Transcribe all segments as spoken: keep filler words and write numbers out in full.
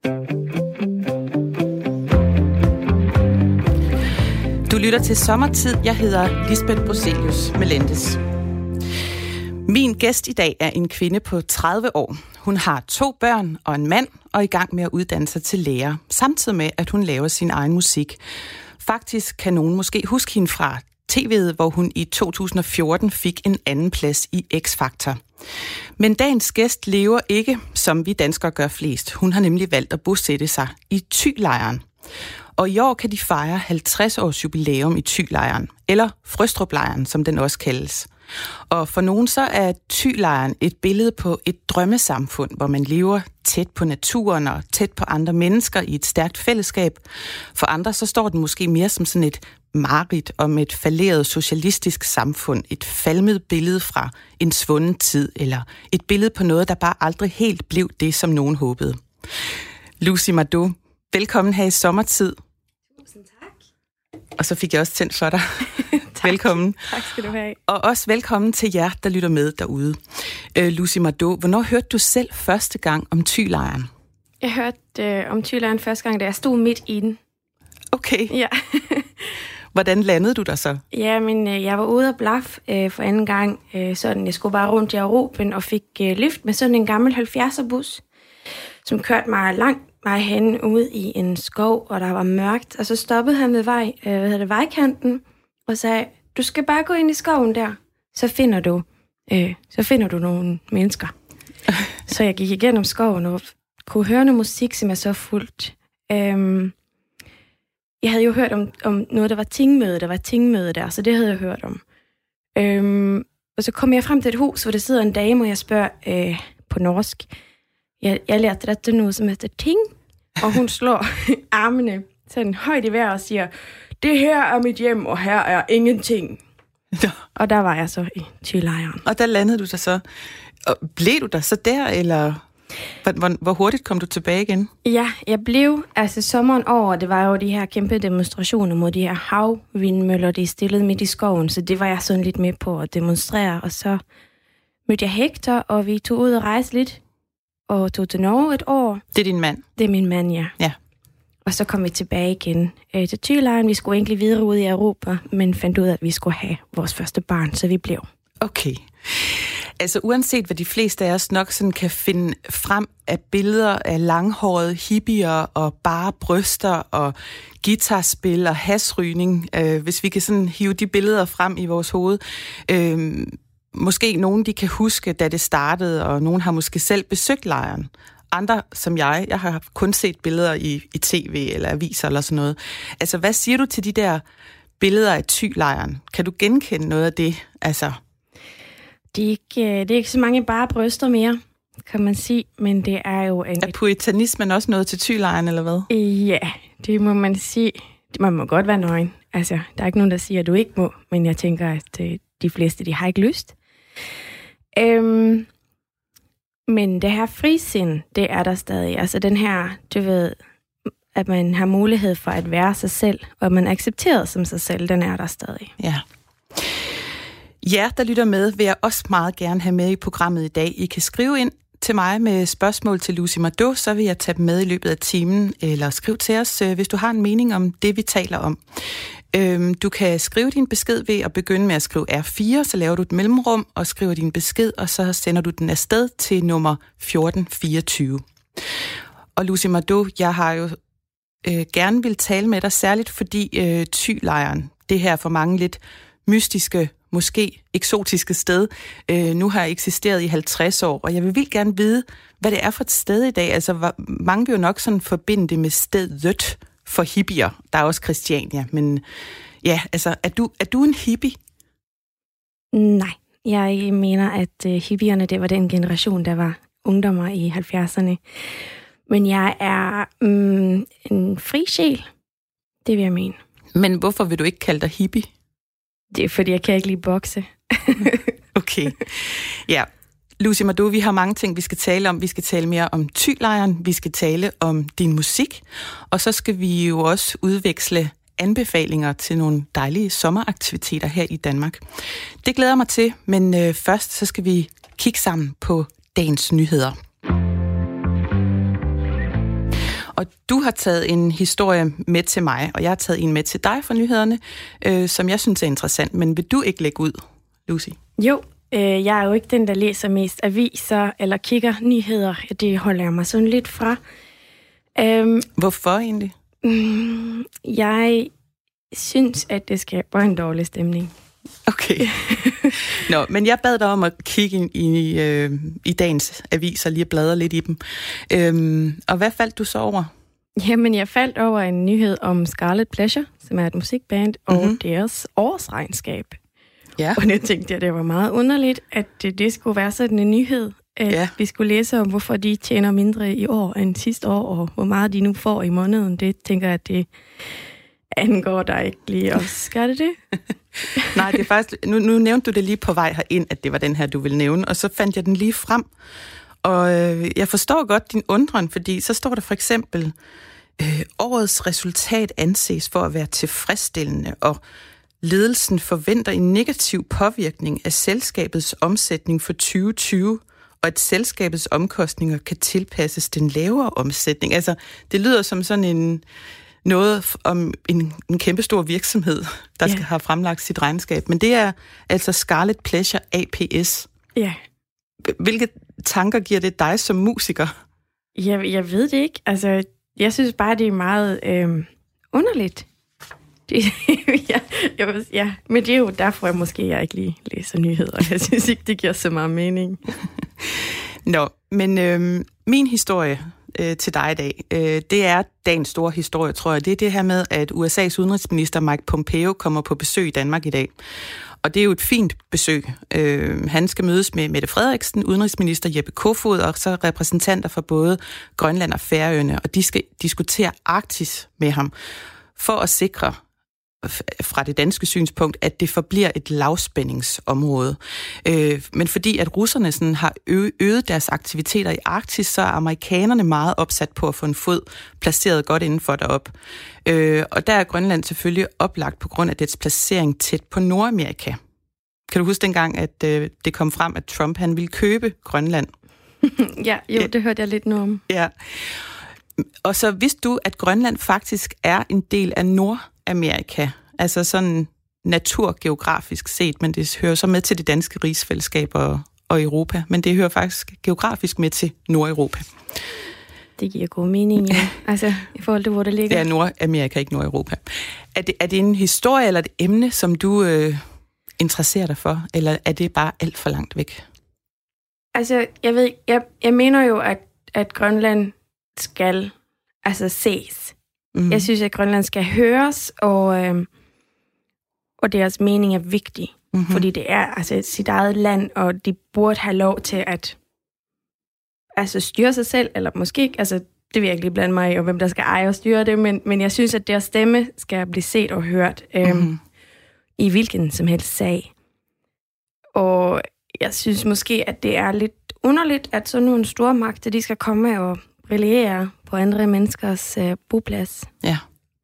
Du lytter til Sommertid. Jeg hedder Lisbeth Bruselius Melendez. Min gæst i dag er en kvinde på tredive år. Hun har to børn og en mand og er i gang med at uddanne sig til lærer, samtidig med, at hun laver sin egen musik. Faktisk kan nogen måske huske hende fra T V'et, hvor hun i to tusind og fjorten fik en anden plads i X-Factor. Men dagens gæst lever ikke, som vi danskere gør flest. Hun har nemlig valgt at bosætte sig i Thylejren. Og i år kan de fejre halvtreds års jubilæum i Thylejren, eller Frøstruplejren, som den også kaldes. Og for nogen så er Thylejren et billede på et drømmesamfund, hvor man lever tæt på naturen og tæt på andre mennesker i et stærkt fællesskab. For andre så står den måske mere som sådan et mareridt om et falderet socialistisk samfund, et falmet billede fra en svunden tid, eller et billede på noget, der bare aldrig helt blev det, som nogen håbede. Lucy Mardot, velkommen her i Sommertid. Tusind tak. Og så fik jeg også tændt for dig. Velkommen. Tak skal du have. Og også velkommen til jer, der lytter med derude. Uh, Lucy Mardot, hvornår hørte du selv første gang om Thylejren? Jeg hørte øh, om Thylejren første gang, da jeg stod midt i den. Okay. Ja. Hvordan landede du der så? Ja, men øh, jeg var ude at blaf øh, for anden gang. Øh, sådan, jeg skulle bare rundt i Europa og fik øh, lift med sådan en gammel halvfjerdser-bus, som kørte mig langt mig hen ude i en skov, og der var mørkt. Og så stoppede han ved vej, øh, hvad hedder det, vejkanten og sagde, du skal bare gå ind i skoven der, så finder du, øh, så finder du nogle mennesker. Så jeg gik igennem skoven og kunne høre noget musik, som jeg så fulgt. Øhm, jeg havde jo hørt om, om noget, der var tingmøde, der var tingmøde der, så det havde jeg hørt om. Øhm, og så kom jeg frem til et hus, hvor der sidder en dame, og jeg spørger øh, på norsk, jeg, jeg lærte efter noget, som hedder ting, og hun slår armene sådan højt i vejr og siger, det her er mit hjem, og her er ingenting. Ja. Og der var jeg så i Thylejren. Og der landede du der så. Og blev du der så der, eller hvor, hvor hurtigt kom du tilbage igen? Ja, jeg blev, altså sommeren over, det var jo de her kæmpe demonstrationer mod de her havvindmøller, de stillede midt i skoven, så det var jeg sådan lidt med på at demonstrere, og så mødte jeg Hector, og vi tog ud og rejse lidt, og tog til Norge et år. Det er din mand? Det er min mand, ja. Ja. Og så kom vi tilbage igen øh, til Thylejren. Vi skulle egentlig videre ud i Europa, men fandt ud af, at vi skulle have vores første barn, så vi blev. Okay. Altså uanset hvad de fleste af os nok sådan kan finde frem af billeder af langhårede hippier og bare bryster og guitarspil og hasrygning, øh, hvis vi kan sådan hive de billeder frem i vores hoved. Øh, måske nogen de kan huske, da det startede, og nogen har måske selv besøgt lejren. Andre, som jeg, jeg har kun set billeder i, i tv eller aviser eller sådan noget. Altså, hvad siger du til de der billeder af Thylejren? Kan du genkende noget af det? Altså... Det er ikke, det er ikke så mange bare bryster mere, kan man sige, men det er jo... En... Er puritanismen også noget til Thylejren, eller hvad? Ja, det må man sige. Man må godt være nøgen. Altså, der er ikke nogen, der siger, at du ikke må, men jeg tænker, at de fleste, de har ikke lyst. Øhm... Men det her frisind, det er der stadig. Altså den her, du ved, at man har mulighed for at være sig selv, og at man er accepteret som sig selv, den er der stadig. Ja. Ja, der lytter med, vil jeg også meget gerne have med i programmet i dag. I kan skrive ind til mig med spørgsmål til Lucy Mardot, så vil jeg tage dem med i løbet af timen, eller skriv til os, hvis du har en mening om det, vi taler om. Du kan skrive din besked ved at begynde med at skrive R fire, så laver du et mellemrum og skriver din besked, og så sender du den afsted til nummer fjorten fireogtyve. Og Lucy Mardot, jeg har jo øh, gerne vil tale med dig, særligt fordi øh, Thylejren, det her for mange lidt mystiske, måske eksotiske sted, øh, nu har eksisteret i halvtreds år, og jeg vil vildt gerne vide, hvad det er for et sted i dag. Altså, hvor, mange vil jo nok sådan forbinde det med stedet for hippier. Der er også Christiania, men ja, altså, er du, er du en hippie? Nej, jeg mener, at uh, hippierne, det var den generation, der var ungdommer i halvfjerdserne. Men jeg er um, en fri sjæl, det vil jeg mene. Men hvorfor vil du ikke kalde dig hippie? Det er, fordi jeg kan ikke lide bokse. Okay, ja. Lucy Mardot, vi har mange ting, vi skal tale om. Vi skal tale mere om Thylejren, vi skal tale om din musik, og så skal vi jo også udveksle anbefalinger til nogle dejlige sommeraktiviteter her i Danmark. Det glæder mig til, men øh, først så skal vi kigge sammen på dagens nyheder. Og du har taget en historie med til mig, og jeg har taget en med til dig fra nyhederne, øh, som jeg synes er interessant. Men vil du ikke lægge ud, Lucy? Jo, øh, jeg er jo ikke den, der læser mest aviser eller kigger nyheder. Det holder jeg mig sådan lidt fra. Øhm, Hvorfor egentlig? Mm, jeg synes, at det skaber en dårlig stemning. Okay. Nå, men jeg bad dig om at kigge i, i, øh, i dagens aviser, lige bladre lidt i dem. Øhm, og hvad faldt du så over? Jamen, jeg faldt over en nyhed om Scarlet Pleasure, som er et musikband, og mm-hmm. deres årsregnskab. Ja. Og det tænkte jeg, det var meget underligt, at det, det skulle være sådan en nyhed, at ja. vi skulle læse om, hvorfor de tjener mindre i år end sidste år, og hvor meget de nu får i måneden. Det tænker jeg, at det angår dig ikke lige også. Gør det det? Nej, det er faktisk... Nu, nu nævnte du det lige på vej herind, at det var den her, du ville nævne, og så fandt jeg den lige frem. Og øh, jeg forstår godt din undren, fordi så står der for eksempel, øh, årets resultat anses for at være tilfredsstillende, og ledelsen forventer en negativ påvirkning af selskabets omsætning for tyve tyve, og at selskabets omkostninger kan tilpasses den lavere omsætning. Altså, det lyder som sådan en noget om en, en kæmpestor virksomhed, der yeah. skal have fremlagt sit regnskab. Men det er altså Scarlet Pleasure A P S. Ja. Yeah. Hvilke tanker giver det dig som musiker? Jeg, jeg ved det ikke. Altså, jeg synes bare, det er meget øh, underligt. Det, ja, jeg, ja, men det er jo derfor, jeg måske jeg ikke lige læser nyheder. Jeg synes ikke, det giver så meget mening. Nå, men øh, min historie øh, til dig i dag, øh, det er dagens store historie, tror jeg. Det er det her med, at U S A's udenrigsminister Mike Pompeo kommer på besøg i Danmark i dag. Og det er jo et fint besøg. Øh, han skal mødes med Mette Frederiksen, udenrigsminister Jeppe Kofod, og så repræsentanter fra både Grønland og Færøerne, og de skal diskutere Arktis med ham, for at sikre fra det danske synspunkt, at det forbliver et lavspændingsområde. Øh, men fordi at russerne sådan har ø- øget deres aktiviteter i Arktis, så er amerikanerne meget opsat på at få en fod placeret godt indenfor derop. Øh, og der er Grønland selvfølgelig oplagt på grund af dets placering tæt på Nordamerika. Kan du huske dengang, at øh, det kom frem, at Trump han ville købe Grønland? Ja, jo, det hørte jeg lidt nu om. Ja. Og så vidste du, at Grønland faktisk er en del af Nordamerika, altså sådan naturgeografisk set, men det hører så med til det danske rigsfællesskab og, og Europa, men det hører faktisk geografisk med til Nordeuropa. Det giver god mening, ja. Altså, i forhold til, hvor det ligger. Det er Nordamerika, ikke Nordeuropa. Er det, er det en historie eller et emne, som du øh, interesserer dig for, eller er det bare alt for langt væk? Altså, jeg ved, jeg, jeg mener jo, at, at Grønland skal altså ses. Mm. Jeg synes, at Grønland skal høres, og, øh, og deres mening er vigtig. Mm-hmm. Fordi det er altså sit eget land, og de burde have lov til at altså, styre sig selv, eller måske ikke. Altså, det vil jeg ikke lige blande mig i, og hvem der skal eje og styre det, men, men jeg synes, at deres stemme skal blive set og hørt øh, mm-hmm. i hvilken som helst sag. Og jeg synes måske, at det er lidt underligt, at sådan nogle store magter, de skal komme og brillere på andre menneskers øh, boplads. Ja.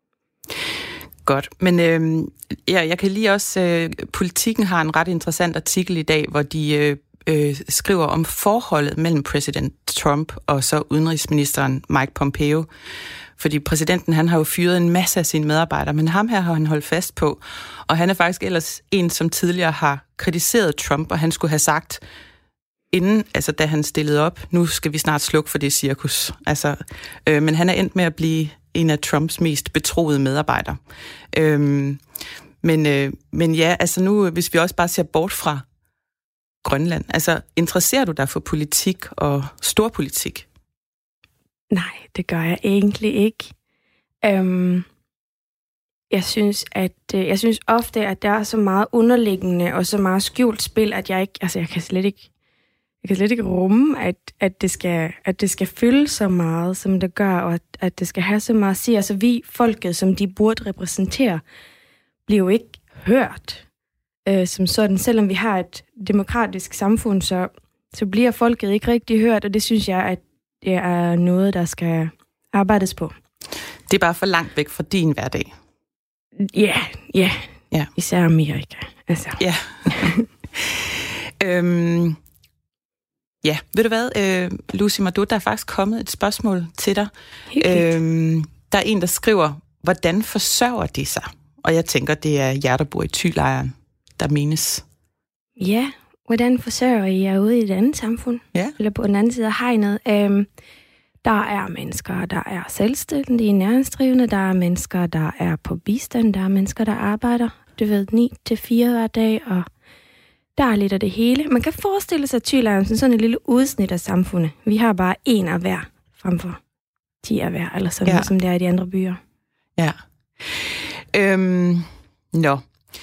Godt. Men øh, ja, jeg kan lige også... Øh, Politikken har en ret interessant artikel i dag, hvor de øh, øh, skriver om forholdet mellem præsident Trump og så udenrigsministeren Mike Pompeo. Fordi præsidenten, han har jo fyret en masse af sine medarbejdere, men ham her har han holdt fast på. Og han er faktisk ellers en, som tidligere har kritiseret Trump, og han skulle have sagt, inden, altså da han stillede op, nu skal vi snart slukke for det cirkus. Altså, øh, men han er endt med at blive en af Trumps mest betroede medarbejdere. Øh, men, øh, men ja, altså nu, hvis vi også bare ser bort fra Grønland, altså interesserer du dig for politik og storpolitik? Nej, det gør jeg egentlig ikke. Øhm, jeg synes, at jeg synes ofte, at der er så meget underliggende og så meget skjult spil, at jeg ikke, altså jeg kan slet ikke, jeg kan slet ikke rumme, at, at det skal, at det skal fylde så meget, som det gør, og at, at det skal have så meget at sige. Altså vi, folket, som de burde repræsentere, bliver jo ikke hørt øh, som sådan. Selvom vi har et demokratisk samfund, så, så bliver folket ikke rigtig hørt, og det synes jeg, at det er noget, der skal arbejdes på. Det er bare for langt væk fra din hverdag. Ja, yeah, yeah. ja. Især Amerika. Altså. Ja. øhm, Ja, ved du hvad, øh, Lucy Mardou, der er faktisk kommet et spørgsmål til dig. Øh, der er en, der skriver, hvordan forsørger de sig? Og jeg tænker, det er jer, der bor i Thylejren, der menes. Ja, hvordan forsørger I jer ude i et andet samfund? Ja. Eller på den anden side af hegnet? Øhm, der er mennesker, der er selvstændige, næringsdrivende, der er mennesker, der er på bistand, der er mennesker, der arbejder, du ved, ni til fire hver dag, og der er lidt af det hele. Man kan forestille sig Thylejren som sådan et lille udsnit af samfundet. Vi har bare en af hver, frem for ti af hver, eller sådan, ja. Som det er i de andre byer. Ja. Øhm, nå.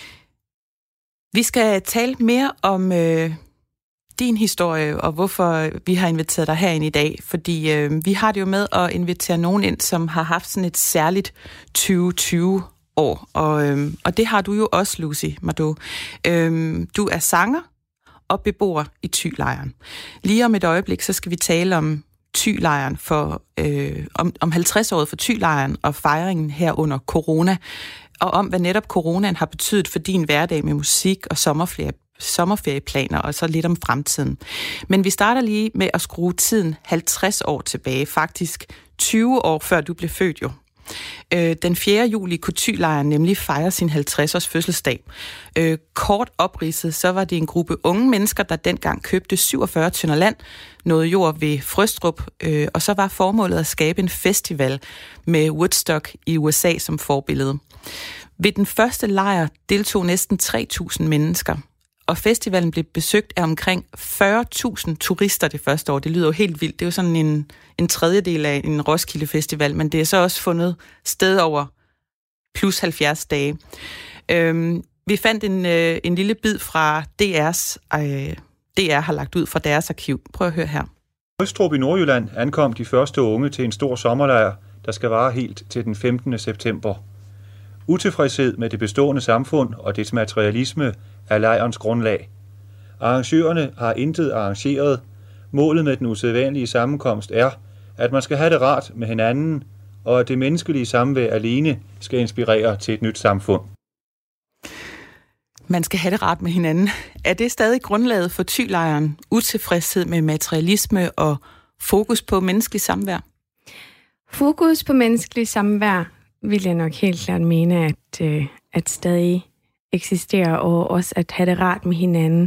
Vi skal tale mere om øh, din historie, og hvorfor vi har inviteret dig herind i dag. Fordi øh, vi har det jo med at invitere nogen ind, som har haft sådan et særligt tyve tyve år. Og, øh, og det har du jo også, Lucy Mardou. Øh, du er sanger og beboer i Thylejren. Lige om et øjeblik, så skal vi tale om Thylejren for øh, om, om halvtreds-året for Thylejren og fejringen her under corona, og om hvad netop coronaen har betydet for din hverdag med musik og sommerferie, sommerferieplaner, og så lidt om fremtiden. Men vi starter lige med at skrue tiden halvtreds år tilbage, faktisk tyve år før du blev født jo. Den fjerde juli kunne Thylejren nemlig fejre sin halvtreds-års fødselsdag. Kort opridset, så var det en gruppe unge mennesker, der dengang købte syvogfyrre tønder land, noget jord ved Frøstrup, og så var formålet at skabe en festival med Woodstock i U S A som forbillede. Ved den første lejr deltog næsten tre tusind mennesker, og festivalen blev besøgt af omkring fyrre tusind turister det første år. Det lyder jo helt vildt. Det er jo sådan en, en tredjedel af en Roskilde Festival, men det er så også fundet sted over plus halvfjerds dage. Øhm, vi fandt en, øh, en lille bid fra D R's, øh, D R har lagt ud fra deres arkiv. Prøv at høre her. Frøstrup i Nordjylland ankom de første unge til en stor sommerlejr, der skal vare helt til den femtende september. Utilfredshed med det bestående samfund og dets materialisme er lejrens grundlag. Arrangørerne har intet arrangeret. Målet med den usædvanlige sammenkomst er, at man skal have det rart med hinanden, og at det menneskelige samvær alene skal inspirere til et nyt samfund. Man skal have det rart med hinanden. Er det stadig grundlaget for Thylejren? Utilfredshed med materialisme og fokus på menneskelig samvær? Fokus på menneskelig samvær vil jeg nok helt klart mene, at, øh, at stadig eksisterer, og også at have det rart med hinanden.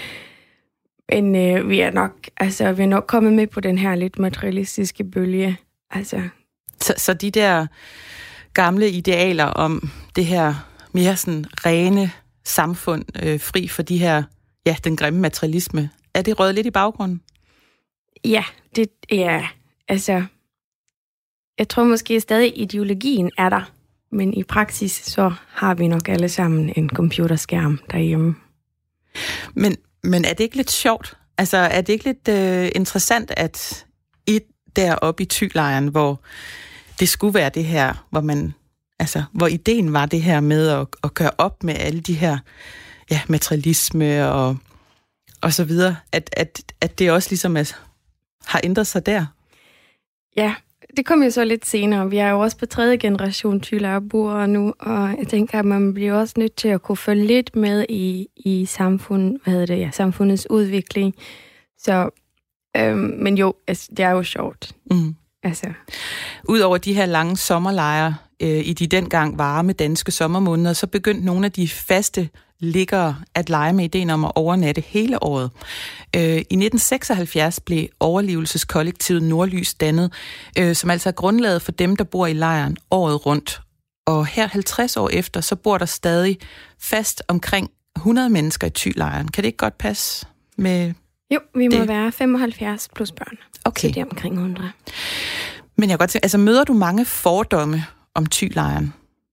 Men øh, vi er nok, altså, vi er nok kommet med på den her lidt materialistiske bølge. Altså. Så, så de der gamle idealer om det her mere sådan rene samfund, øh, fri for de her, ja, den grimme materialisme, er det røget lidt i baggrunden? Ja, det ja, altså, jeg tror måske stadig ideologien er der, men i praksis så har vi nok alle sammen en computerskærm derhjemme. Men, men er det ikke lidt sjovt? Altså, er det ikke lidt øh, interessant, at I deroppe i Thylejren, hvor det skulle være det her, hvor man, altså, hvor ideen var det her med at, at gøre op med alle de her, ja, materialisme og, og så videre, at, at, at det også ligesom er, har ændret sig der? Ja, det kom jo så lidt senere. Vi er jo også på tredje generation Thylejrboere nu, og jeg tænker, at man bliver også nødt til at kunne følge lidt med i, i samfund, hvad hedder det, ja, samfundets udvikling. Så, øhm, men jo, altså, det er jo sjovt. Mm. Altså. Udover de her lange sommerlejre øh, i de dengang varme danske sommermåneder, så begyndte nogle af de faste liggere at lege med ideen om at overnatte hele året. Øh, I nitten seksoghalvfjerds blev overlevelseskollektivet Nordlys dannet, øh, som altså er grundlaget for dem, der bor i lejren året rundt. Og her halvtreds år efter, så bor der stadig fast omkring hundrede mennesker i Thylejren. Kan det ikke godt passe med? Jo, vi må det? være femoghalvfjerds plus børn. Okay. Så det er omkring hundrede. Men jeg kan godt tænke, altså møder du mange fordomme om Thylejren?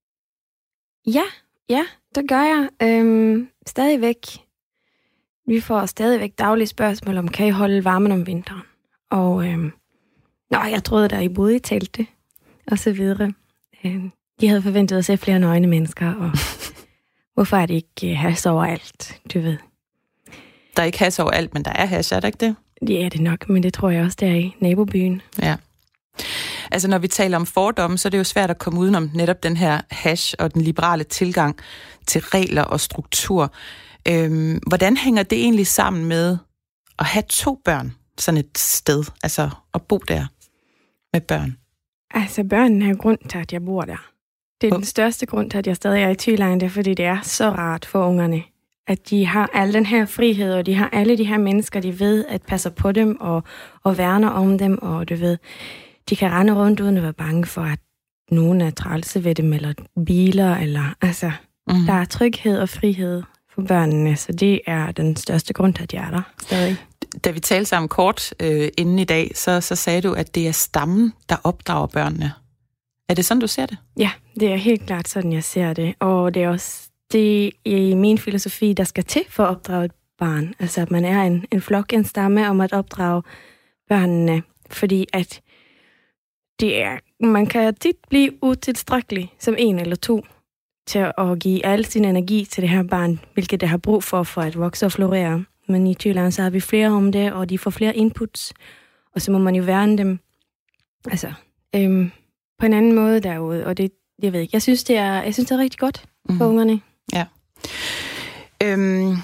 Ja, ja, det gør jeg. Øhm, stadigvæk. Vi får stadigvæk daglige spørgsmål om, kan I holde varmen om vinteren? Og øhm, nå, jeg troede, der I boede i teltet, og så videre. Øhm, de havde forventet at se flere nøgne mennesker, og hvorfor er det ikke uh, hash overalt, du ved? Der er ikke hash overalt, men der er hash, er der ikke det? Ja, det er nok, men det tror jeg også, der er i nabobyen. Ja. Altså, når vi taler om fordomme, så er det jo svært at komme udenom netop den her hash og den liberale tilgang til regler og struktur. Øhm, hvordan hænger det egentlig sammen med at have to børn sådan et sted, altså at bo der med børn? Altså, børnene er grund til, at jeg bor der. Det er oh. den største grund til, at jeg stadig er i Thylejren, det er, fordi det er så rart for ungerne, at de har al den her frihed, og de har alle de her mennesker, de ved, at passer på dem og, og værner om dem, og du ved, de kan rende rundt uden at være bange for, at nogen er trælse ved dem, eller biler, eller altså, mm. der er tryghed og frihed for børnene, så det er den største grund til, at jeg er der stadig. Da vi talte sammen kort øh, inden i dag, så, så sagde du, at det er stammen, der opdrager børnene. Er det sådan, du ser det? Ja, det er helt klart sådan, jeg ser det. Og det er også det i min filosofi, der skal til for at opdrage et barn. Altså, at man er en, en flok, en stamme om at opdrage børnene. Fordi at det er, man kan tit blive utilstrækkelig som en eller to til at give al sin energi til det her barn, hvilket det har brug for, for at vokse og florere. Men i Thylejren, så har vi flere om det, og de får flere inputs, og så må man jo værne dem altså, øhm, på en anden måde derude, og det, jeg ved ikke, jeg synes, det er, jeg synes, det er rigtig godt for mm-hmm. ungerne. Ja. Øhm,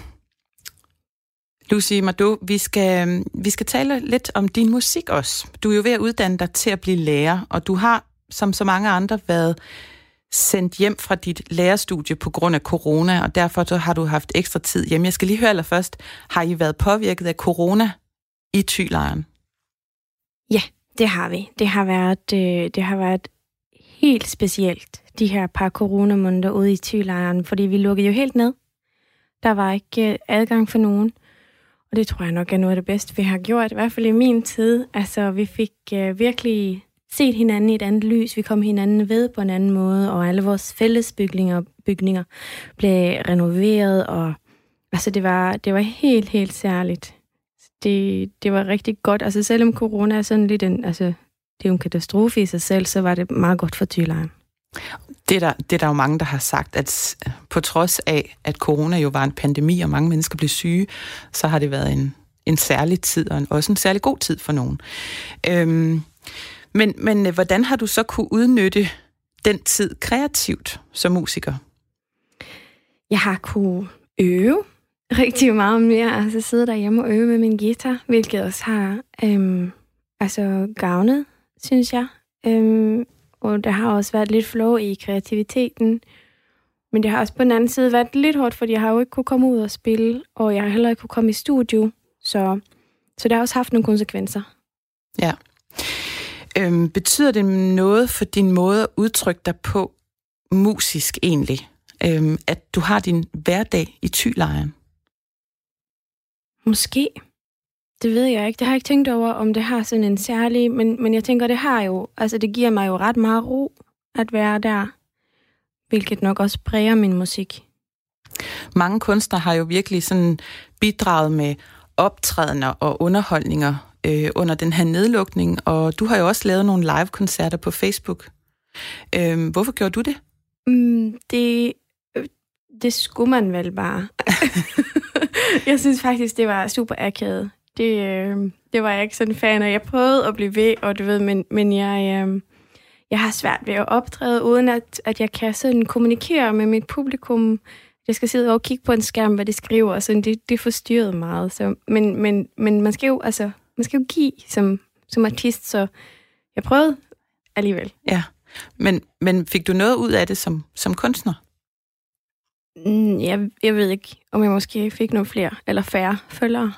Lucy Mardot, vi skal, vi skal tale lidt om din musik også. Du er jo ved at uddanne dig til at blive lærer, og du har, som så mange andre, været sendt hjem fra dit lærerstudie på grund af corona, og derfor så har du haft ekstra tid hjemme. Jeg skal lige høre allerførst, har I været påvirket af corona i Thylejren? Ja, det har vi. Det har været, øh, det har været helt specielt, de her par coronamåneder ude i Thylejren, fordi vi lukkede jo helt ned. Der var ikke øh, adgang for nogen, og det tror jeg nok er noget af det bedste, vi har gjort, i hvert fald i min tid. Altså, vi fik øh, virkelig set hinanden i et andet lys, vi kom hinanden ved på en anden måde, og alle vores fællesbygninger bygninger blev renoveret, og altså det var, det var helt, helt særligt. Det, det var rigtig godt. Altså selvom corona er sådan lidt en, altså det er jo en katastrofe i sig selv, så var det meget godt for Thylejren. Det er, der, det er der jo mange, der har sagt, at på trods af, at corona jo var en pandemi, og mange mennesker blev syge, så har det været en, en særlig tid, og en, også en særlig god tid for nogen. Øhm, Men, men hvordan har du så kunne udnytte den tid kreativt som musiker? Jeg har kunne øve rigtig meget mere. Altså sidde derhjemme og øve med min guitar, hvilket også har øhm, altså gavnet, synes jeg. Øhm, og der har også været lidt flow i kreativiteten. Men det har også på den anden side været lidt hårdt, fordi jeg har jo ikke kunne komme ud og spille, og jeg har heller ikke kunne komme i studio. Så, så det har også haft nogle konsekvenser. Ja. Øhm, betyder det noget for din måde at udtrykke dig på musisk egentlig, øhm, at du har din hverdag i Thylejren? Måske. Det ved jeg ikke. Det har jeg ikke tænkt over, om det har sådan en særlig, men, men jeg tænker, det har jo, altså det giver mig jo ret meget ro at være der, hvilket nok også præger min musik. Mange kunstnere har jo virkelig sådan bidraget med optrædener og underholdninger Øh, under den her nedlukning, og du har jo også lavet nogle live-koncerter på Facebook. Øh, hvorfor gjorde du det? Mm, det, det skulle man vel bare. Jeg synes faktisk, det var super akavet. Det, øh, det var jeg ikke sådan fan af. Jeg prøvede at blive ved, og du ved, men, men jeg, øh, jeg har svært ved at optræde, uden at, at jeg kan sådan kommunikere med mit publikum. Jeg skal sidde og kigge på en skærm, hvad de skriver, og sådan, det, det forstyrrede meget. Så, men, men, men man skal jo, altså, man skal jo give som, som artist, så jeg prøvede alligevel. Ja, men, men fik du noget ud af det som, som kunstner? Mm, jeg, jeg ved ikke, om jeg måske fik nogle flere eller færre følgere.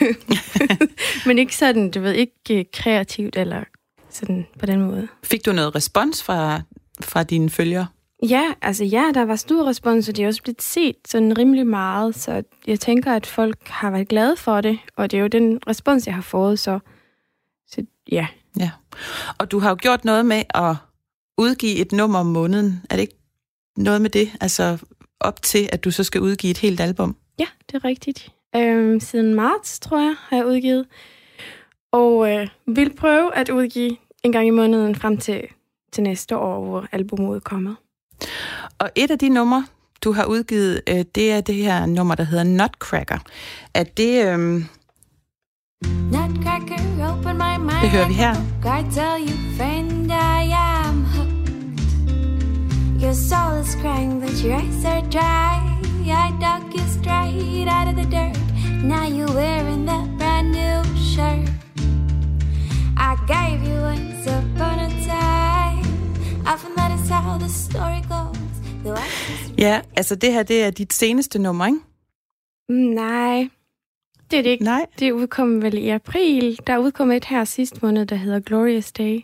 Men ikke sådan, du ved, ikke kreativt eller sådan på den måde. Fik du noget respons fra, fra dine følgere? Ja, altså ja, der var stor respons, og det er også blevet set sådan rimelig meget, så jeg tænker, at folk har været glade for det, og det er jo den respons, jeg har fået, så, så ja. Ja, og du har jo gjort noget med at udgive et nummer om måneden. Er det ikke noget med det, altså op til, at du så skal udgive et helt album? Ja, det er rigtigt. Øhm, siden marts, tror jeg, har jeg udgivet, og øh, vil prøve at udgive en gang i måneden frem til, til næste år, hvor albumet kommer. Og et af de numre, du har udgivet, øh, det er det her nummer, der hedder Nutcracker. Er det... Øh... Nutcracker, open my mind. Det hører vi her. God tell you, friend, I am hooked. Your soul is crying, but your eyes are dry. I dug you straight out of the dirt. Now you're wearing that brand shirt I gave you once upon a time. Often that is how the story goes. Ja, altså det her, det er dit seneste nummer, ikke? Nej, det er det ikke. Nej. Det udkom vel i april. Der udkom et her sidste måned, der hedder Glorious Day.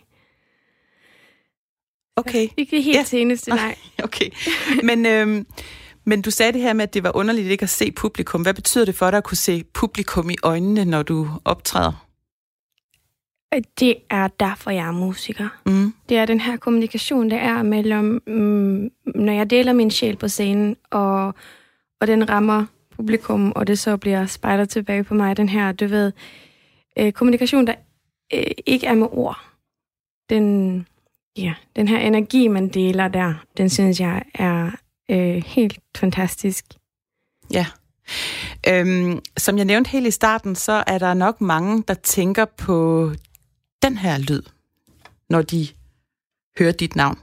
Okay. Ikke det helt ja. seneste, nej. Okay. Men, øhm, men du sagde det her med, at det var underligt ikke at se publikum. Hvad betyder det for dig at kunne se publikum i øjnene, når du optræder? Det er derfor, jeg er musiker. Mm. Det er den her kommunikation, der er mellem, mm, når jeg deler min sjæl på scenen, og, og den rammer publikum, og det så bliver spejlet tilbage på mig. Den her, du ved, øh, kommunikation, der øh, ikke er med ord. Den, ja, den her energi, man deler der, den synes jeg er øh, helt fantastisk. Ja. Øhm, som jeg nævnte helt i starten, så er der nok mange, der tænker på den her lyd, når de hører dit navn.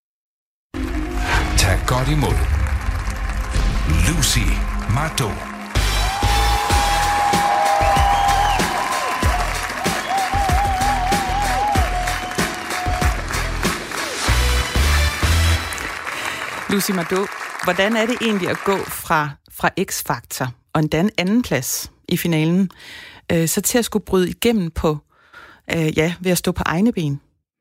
Tag godt imod Lucy Mardot. Lucy Mardot, hvordan er det egentlig at gå fra, fra X-Factor og endda en anden plads i finalen, øh, så til at skulle bryde igennem på, øh, ja, ved at stå på egne ben?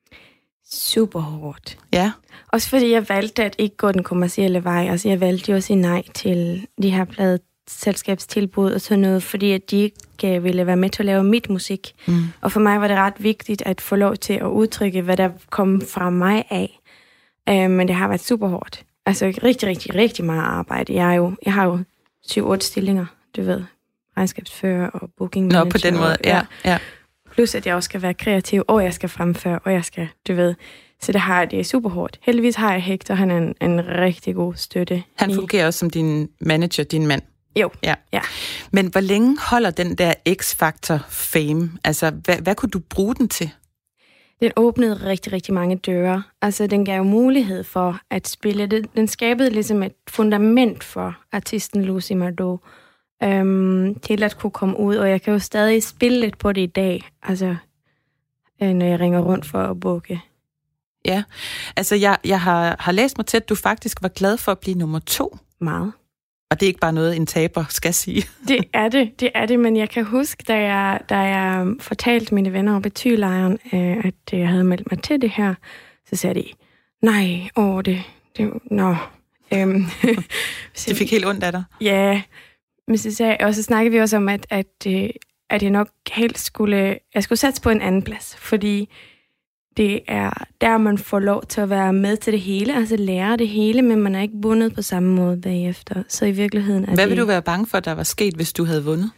Super hårdt. Ja. Også fordi jeg valgte at ikke gå den kommercielle vej. Altså jeg valgte jo at sige nej til de her pladeselskabstilbud og sådan noget, fordi at de ikke ville være med til at lave mit musik. Mm. Og for mig var det ret vigtigt at få lov til at udtrykke, hvad der kom fra mig af. Uh, men det har været super hårdt. Altså rigtig, rigtig, rigtig meget arbejde. Jeg, er jo, jeg har jo syv otte stillinger, du ved. Regnskabsfører og booking manager. Nå, på den måde, ja. ja. Plus at jeg også skal være kreativ, og jeg skal fremføre, og jeg skal, du ved. Så det har det er super hårdt. Heldigvis har jeg Hector, han er en, en rigtig god støtte. Han fungerer også som din manager, din mand. Jo, ja. ja. Men hvor længe holder den der X-Factor fame? Altså, hvad, hvad kunne du bruge den til? Den åbnede rigtig, rigtig mange døre. Altså, den gav mulighed for at spille. Den skabede ligesom et fundament for artisten Lucy Mardot øhm, til at kunne komme ud. Og jeg kan jo stadig spille lidt på det i dag, altså, øh, når jeg ringer rundt for at booke. Ja, altså jeg, jeg har, har læst mig til, at du faktisk var glad for at blive nummer to. Meget. Og det er ikke bare noget, en taber skal sige. Det er det, det er det, men jeg kan huske, da jeg, da jeg fortalte mine venner op i Thylejren, øh, at jeg havde meldt mig til det her, så sagde de, nej, åh, det, det, nå. Øhm, det fik helt ondt af dig? Ja, men så sagde, og så snakkede vi også om, at, at, at jeg nok helt skulle, jeg skulle satse på en anden plads, fordi det er der, man får lov til at være med til det hele, altså lære det hele, men man er ikke bundet på samme måde bagefter. Så i virkeligheden er Hvad vil det, du være bange for, der var sket, hvis du havde vundet?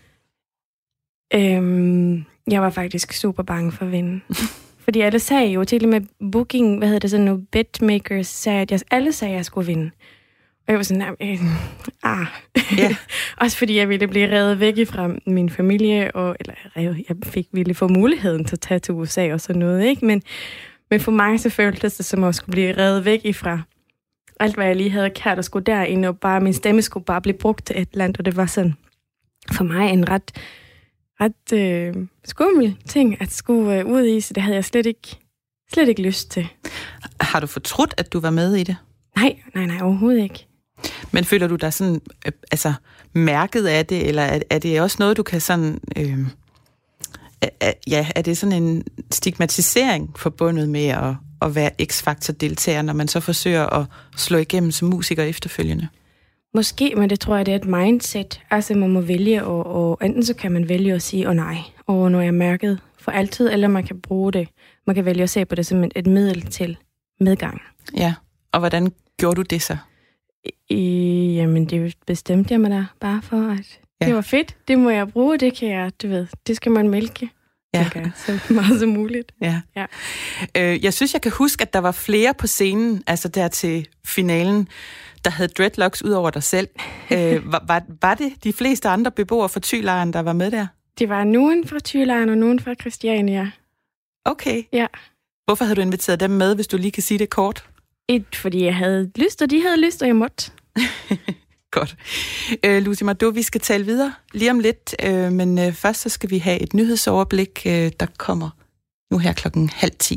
Øhm, jeg var faktisk super bange for at vinde. Fordi alle sagde jo, til og med booking, hvad hedder det sådan noget, betmakers, sagde, at jeg, alle sagde, at jeg skulle vinde. Og jeg var sådan, øh, ah. Yeah. Også fordi jeg ville blive revet væk fra min familie, og, eller revet, jeg fik ville få muligheden til at tage til U S A og sådan noget, ikke? Men, men for mig så føltes det som at skulle blive revet væk fra alt, hvad jeg lige havde kært og skulle derinde, og bare min stemme skulle bare blive brugt til et eller andet, og det var sådan for mig en ret, ret øh, skummel ting at skulle øh, ud i, så det havde jeg slet ikke, slet ikke lyst til. Har du fortrudt, at du var med i det? Nej, nej, nej, overhovedet ikke. Men føler du dig sådan, øh, altså, mærket af det, eller er, er det også noget, du kan sådan, øh, er, ja, er det sådan en stigmatisering forbundet med at, at være X-Factor-deltager, når man så forsøger at slå igennem som musiker efterfølgende? Måske, men det tror jeg, det er et mindset. Altså, man må vælge, og, og enten så kan man vælge at sige, åh oh, nej, og når jeg er mærket for altid, eller man kan bruge det. Man kan vælge at se på det som et, et middel til medgang. Ja, og hvordan gjorde du det så? I, jamen, det bestemte jeg mig da bare for, at ja. Det var fedt. Det må jeg bruge, det kan jeg, du ved, det skal man mælke. Ja. Jeg, så meget som muligt. Ja. Ja. Øh, jeg synes, jeg kan huske, at der var flere på scenen, altså der til finalen, der havde dreadlocks ud over dig selv. øh, var, var, var det de fleste andre beboere fra Thylejren, der var med der? Det var nogen fra Thylejren og nogen fra Christiania. Okay. Ja. Hvorfor havde du inviteret dem med, hvis du lige kan sige det kort? Et, fordi jeg havde lyst, og de havde lyst, og jeg måtte. Godt. Øh, Lucy Mardou, vi skal tale videre lige om lidt, øh, men øh, først så skal vi have et nyhedsoverblik, øh, der kommer nu her klokken halv ti.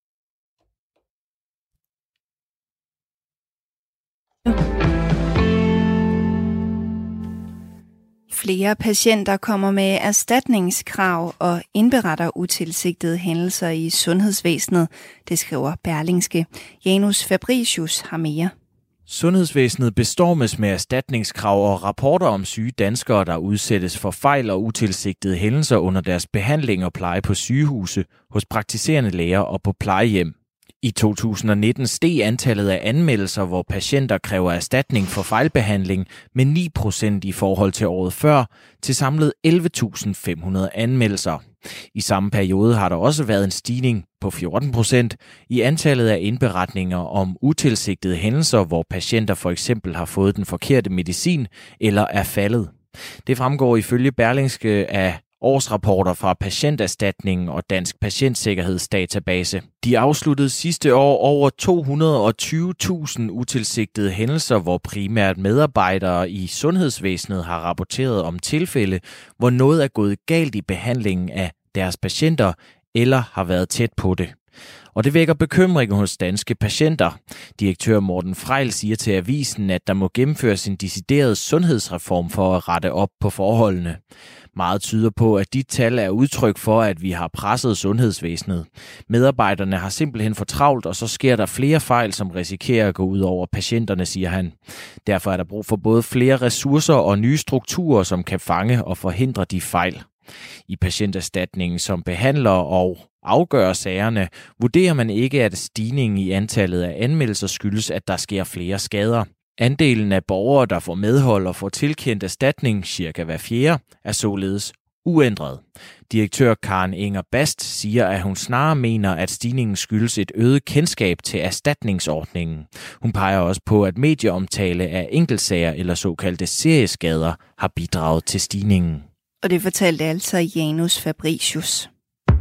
Flere patienter kommer med erstatningskrav og indberetter utilsigtede hændelser i sundhedsvæsenet, det skriver Berlingske. Janus Fabricius har mere. Sundhedsvæsenet bestormes med erstatningskrav og rapporter om syge danskere, der udsættes for fejl og utilsigtede hændelser under deres behandling og pleje på sygehuse, hos praktiserende læger og på plejehjem. I to tusind nitten steg antallet af anmeldelser, hvor patienter kræver erstatning for fejlbehandling med ni procent i forhold til året før, til samlet elleve tusind fem hundrede anmeldelser. I samme periode har der også været en stigning på fjorten procent i antallet af indberetninger om utilsigtede hændelser, hvor patienter for eksempel har fået den forkerte medicin eller er faldet. Det fremgår ifølge Berlingske af årsrapporter fra Patienterstatningen og Dansk Patientsikkerhedsdatabase. De afsluttede sidste år over to hundrede og tyve tusind utilsigtede hændelser, hvor primært medarbejdere i sundhedsvæsenet har rapporteret om tilfælde, hvor noget er gået galt i behandlingen af deres patienter eller har været tæt på det. Og det vækker bekymring hos danske patienter. Direktør Morten Frejl siger til avisen, at der må gennemføres en decideret sundhedsreform for at rette op på forholdene. Meget tyder på, at de tal er udtryk for, at vi har presset sundhedsvæsenet. Medarbejderne har simpelthen for travlt, og så sker der flere fejl, som risikerer at gå ud over patienterne, siger han. Derfor er der brug for både flere ressourcer og nye strukturer, som kan fange og forhindre de fejl. I Patienterstatningen, som behandler og afgør sagerne, vurderer man ikke, at stigningen i antallet af anmeldelser skyldes, at der sker flere skader. Andelen af borgere, der får medhold og får tilkendt erstatning, cirka hver fjerde, er således uændret. Direktør Karen Inger Bast siger, at hun snarere mener, at stigningen skyldes et øget kendskab til erstatningsordningen. Hun peger også på, at medieomtale af enkeltsager eller såkaldte serieskader har bidraget til stigningen. Og det fortalte altså Janus Fabricius.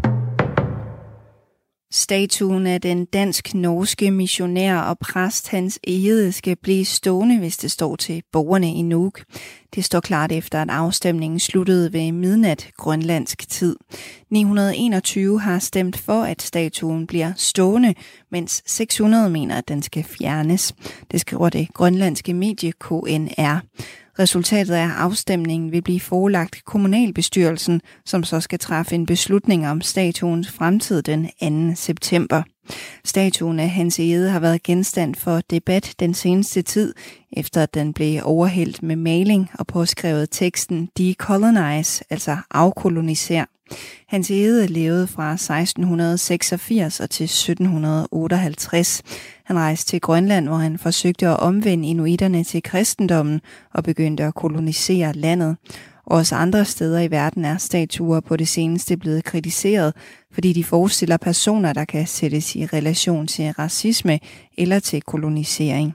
Statuen af den dansk-norske missionær og præst Hans Egede skal blive stående, hvis det står til borgerne i Nuuk. Det står klart efter, at afstemningen sluttede ved midnat grønlandsk tid. ni hundrede og enogtyve har stemt for, at statuen bliver stående, mens seks hundrede mener, at den skal fjernes. Det skriver det grønlandske medie K N R. Resultatet af afstemningen vil blive forelagt kommunalbestyrelsen, som så skal træffe en beslutning om statuens fremtid den anden september. Statuen af Hans Egede har været genstand for debat den seneste tid, efter at den blev overhældt med maling og påskrevet teksten decolonize, altså afkolonisere. Hans Egede levede fra seksten seksogfirs og til sytten otteoghalvtreds. Han rejste til Grønland, hvor han forsøgte at omvende inuiterne til kristendommen og begyndte at kolonisere landet. Også andre steder i verden er statuer på det seneste blevet kritiseret, fordi de forestiller personer, der kan sættes i relation til racisme eller til kolonisering.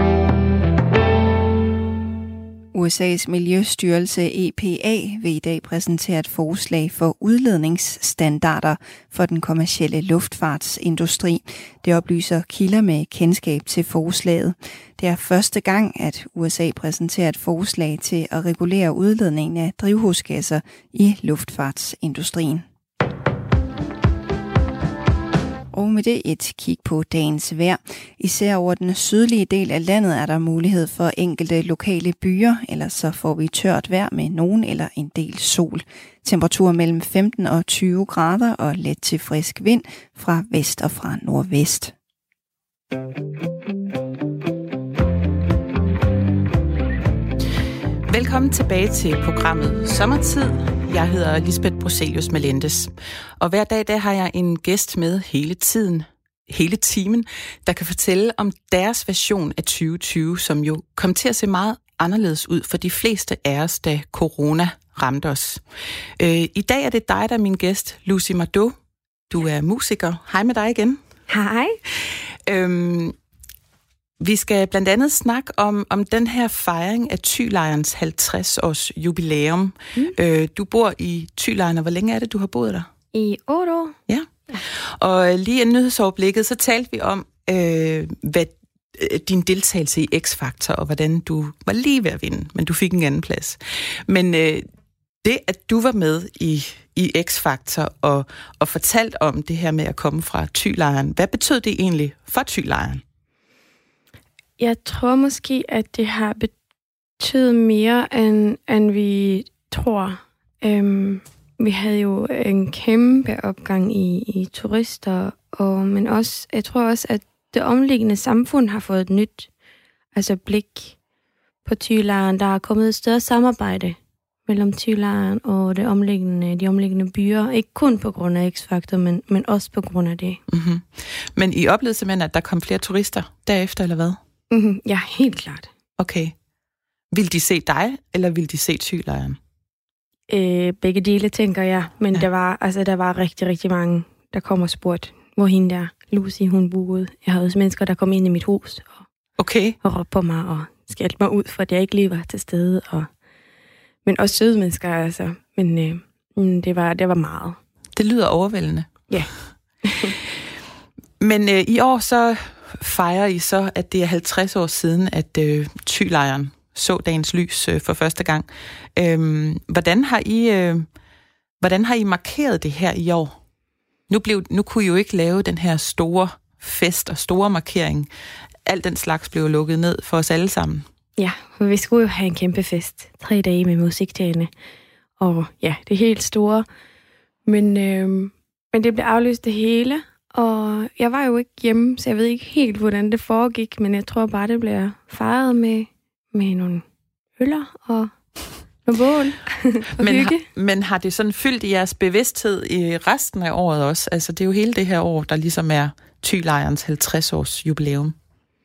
U S A's Miljøstyrelse E P A vil i dag præsentere et forslag for udledningsstandarder for den kommercielle luftfartsindustri. Det oplyser kilder med kendskab til forslaget. Det er første gang, at U S A præsenterer et forslag til at regulere udledningen af drivhusgasser i luftfartsindustrien. Og med det et kig på dagens vejr. Især over den sydlige del af landet er der mulighed for enkelte lokale byer, ellers så får vi tørt vejr med nogen eller en del sol. Temperatur mellem femten og tyve grader og let til frisk vind fra vest og fra nordvest. Velkommen tilbage til programmet Sommertid. Jeg hedder Lisbeth Broselius Melendez, og hver dag der har jeg en gæst med hele tiden, hele timen, der kan fortælle om deres version af tyve tyve, som jo kom til at se meget anderledes ud for de fleste af os, da corona ramte os. Øh, I dag er det dig, der er min gæst, Lucy Mardou. Du er musiker. Hej med dig igen. Hej. Øhm, Vi skal blandt andet snakke om, om den her fejring af Thylejrens halvtreds års jubilæum. Mm. Øh, du bor i Thylejren, og hvor længe er det, du har boet der? I otte år. Ja. Og lige i nyhedsoverblikket, så talte vi om, øh, hvad din deltagelse i X-Factor, og hvordan du var lige ved at vinde, men du fik en anden plads. Men øh, det, at du var med i, i X-Factor og, og fortalt om det her med at komme fra Thylejren, hvad betød det egentlig for Thylejren? Jeg tror måske, at det har betydet mere, end, end vi tror. Øhm, vi havde jo en kæmpe opgang i, i turister, og, men også, jeg tror også, at det omliggende samfund har fået et nyt altså blik på Thylejren. Der er kommet et større samarbejde mellem Thylejren og det omliggende, de omliggende byer. Ikke kun på grund af X-Factor, men, men også på grund af det. Mm-hmm. Men I oplevede simpelthen, at der kom flere turister derefter, eller hvad? Mm-hmm. Ja, helt klart. Okay. Vil de se dig, eller vil de se Thylejren? Øh, begge dele, tænker jeg. Men ja. der, var, altså, der var rigtig, rigtig mange, der kom og spurgte, hvor hende der, Lucy, hun boede. Jeg havde også mennesker, der kom ind i mit hus og, okay. og råbte på mig og skældte mig ud, for at jeg ikke lige var til stede. Og, men også søde mennesker, altså. Men øh, det, var, det var meget. Det lyder overvældende. Ja. Men øh, i år så fejrer I så, at det er halvtreds år siden, at øh, Thylejren så dagens lys øh, for første gang. Øhm, hvordan har I øh, hvordan har I markeret det her i år? Nu, blev, nu kunne I jo ikke lave den her store fest og store markering. Alt den slags blev lukket ned for os alle sammen. Ja, for vi skulle jo have en kæmpe fest. Tre dage med musiktagene. Og ja, det helt store. Men, øh, men det blev aflyst det hele. Og jeg var jo ikke hjemme, så jeg ved ikke helt, hvordan det foregik. Men jeg tror bare, det bliver fejret med, med nogle øller og nogle bål og men, hygge. har, men har det sådan fyldt i jeres bevidsthed i resten af året også? Altså, det er jo hele det her år, der ligesom er Thylejrens halvtreds års jubilæum.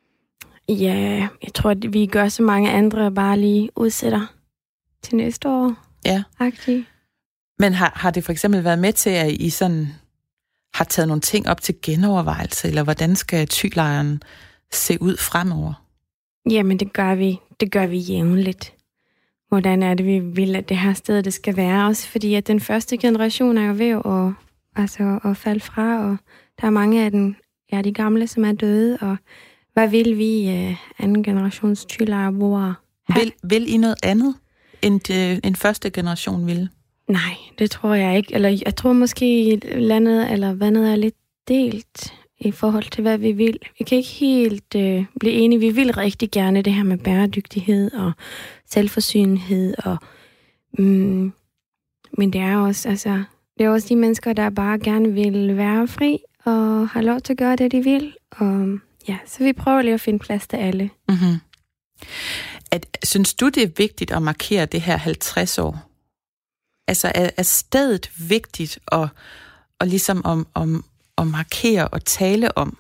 Ja, jeg tror, at vi gør så mange andre, bare lige udsætter til næste år. Ja. Aktiv. Men har, har det for eksempel været med til, at I sådan har taget nogle ting op til genovervejelse, eller hvordan skal Thylejren se ud fremover? Jamen, det gør vi. Det gør vi jævnligt. Hvordan er det, vi vil, at det her sted det skal være? Også fordi, at den første generation er jo ved at, altså, at falde fra, og der er mange af den, ja, de gamle, som er døde, og hvad vil vi, uh, anden generations Thylejrboere have? Vil, vil I noget andet, end det, en første generation ville? Nej, det tror jeg ikke. Eller jeg tror måske, landet eller vandet er lidt delt i forhold til, hvad vi vil. Vi kan ikke helt øh, blive enige. Vi vil rigtig gerne det her med bæredygtighed og selvforsynlighed. Og, mm, men det er også, altså, det er også de mennesker, der bare gerne vil være fri og have lov til at gøre det, de vil. Og ja, så vi prøver lige at finde plads til alle. Mm-hmm. At, synes du, det er vigtigt at markere det her halvtreds år? Altså, er, er stedet vigtigt at, at ligesom om, om, at markere og tale om?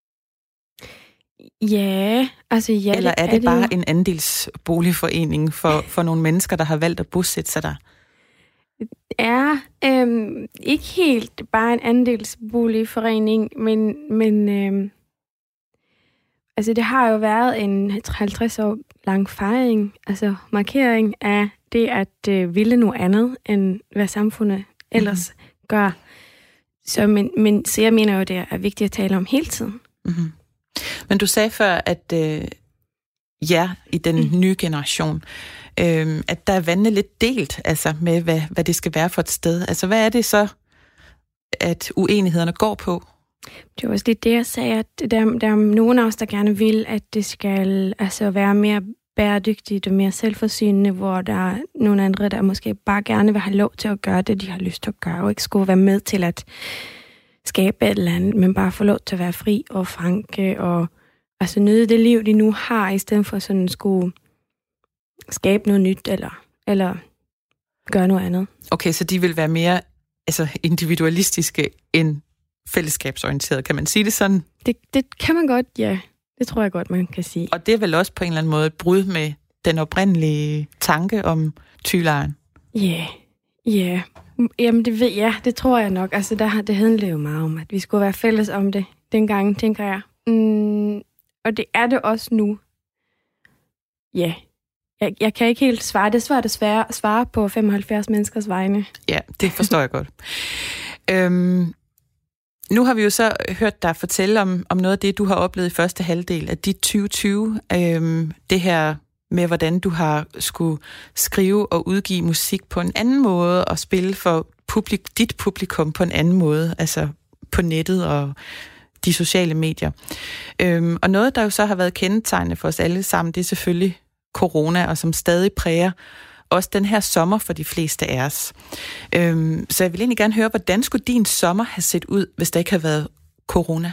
Ja, altså ja. Eller er det, er det bare jo en andelsboligforening for, for nogle mennesker, der har valgt at bosætte sig der? Ja, øhm, ikke helt bare en andelsboligforening, men, men øhm, altså det har jo været en halvtreds år lang fejring, altså markering af det at øh, ville noget andet, end hvad samfundet ellers mm-hmm. gør. Så, men, men, så jeg mener jo, det er vigtigt at tale om hele tiden. Mm-hmm. Men du sagde før, at øh, ja, i den mm. nye generation, øh, at der er vandene lidt delt, altså med, hvad, hvad det skal være for et sted. Altså, hvad er det så, at uenighederne går på? Det var også lidt det, jeg sagde, at der, der er nogen af os, der gerne vil, at det skal altså, være mere bæredygtigt og mere selvforsynende, hvor der er nogle andre, der måske bare gerne vil have lov til at gøre det, de har lyst til at gøre, og ikke skulle være med til at skabe et eller andet, men bare få lov til at være fri og franke og altså nyde det liv, de nu har, i stedet for sådan at skulle skabe noget nyt eller, eller gøre noget andet. Okay, så de vil være mere altså, individualistiske end fællesskabsorienteret, kan man sige det sådan? Det, det kan man godt, ja. Det tror jeg godt, man kan sige. Og det er vel også på en eller anden måde et brud med den oprindelige tanke om Thylejren? Ja, yeah. ja. Yeah. Jamen det ved jeg, det tror jeg nok. Altså der, det handler jo meget om, at vi skulle være fælles om det dengang, tænker jeg. Mm, og det er det også nu. Ja, yeah. jeg, jeg kan ikke helt svare. Det er svært at svare, svare på femoghalvfjerds menneskers vegne. Ja, det forstår jeg godt. Øhm, Nu har vi jo så hørt dig fortælle om, om noget af det, du har oplevet i første halvdel af dit tyve tyve. Øhm, det her med, hvordan du har skulle skrive og udgive musik på en anden måde, og spille for publik, dit publikum på en anden måde, altså på nettet og de sociale medier. Øhm, og noget, der jo så har været kendetegnende for os alle sammen, det er selvfølgelig corona, og som stadig præger også den her sommer for de fleste af os. Øhm, så jeg vil egentlig gerne høre, hvordan skulle din sommer have set ud, hvis der ikke havde været corona?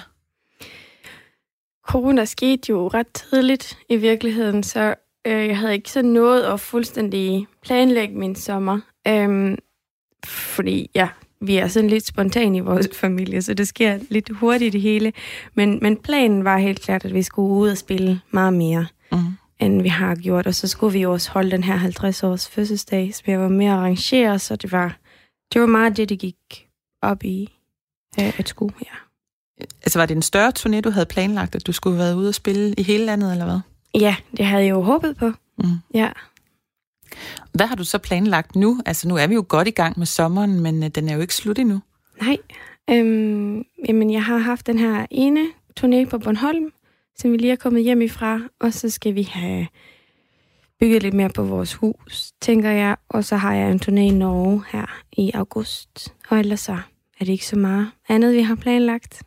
Corona skete jo ret tidligt i virkeligheden, så øh, jeg havde ikke så nået at fuldstændig planlægge min sommer. Øhm, fordi ja, vi er sådan lidt spontane i vores familie, så det sker lidt hurtigt det hele. Men, men planen var helt klart, at vi skulle ud og spille meget mere, mm. end vi har gjort. Og så skulle vi også holde den her halvtreds års fødselsdag, som jeg var med at arrangere, så det var, det var meget det, det gik op i øh, at skulle, ja. Altså var det en større turné, du havde planlagt, at du skulle have været ude og spille i hele landet, eller hvad? Ja, det havde jeg jo håbet på. Mm. Ja. Hvad har du så planlagt nu? Altså nu er vi jo godt i gang med sommeren, men øh, den er jo ikke slut endnu. Nej, øhm, jamen jeg har haft den her ene turné på Bornholm, som vi lige er kommet hjem ifra, og så skal vi have bygget lidt mere på vores hus, tænker jeg. Og så har jeg en turné i Norge her i august, og ellers så er det ikke så meget andet, vi har planlagt.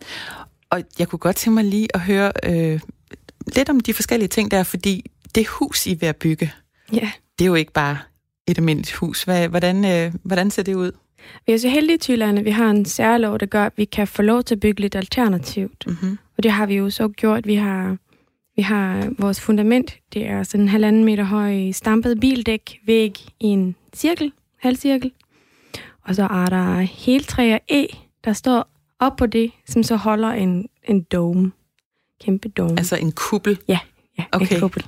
Og jeg kunne godt tænke mig lige at høre øh, lidt om de forskellige ting der, fordi det hus, I er ved at bygge, ja. Det er jo ikke bare et almindeligt hus. Hvordan, øh, hvordan ser det ud? Vi er så heldige i Thyland, at vi har en særlov, der gør, at vi kan få lov til at bygge lidt alternativt. Mm-hmm. Og det har vi jo så gjort. Vi har, vi har vores fundament, det er sådan en halvanden meter høj stampet bildæk væg i en cirkel, halvcirkel. Og så er der heltræ og E, der står op på det, som så holder en, en dome. Kæmpe dome. Altså en kuppel? Ja, ja okay. En kuppel.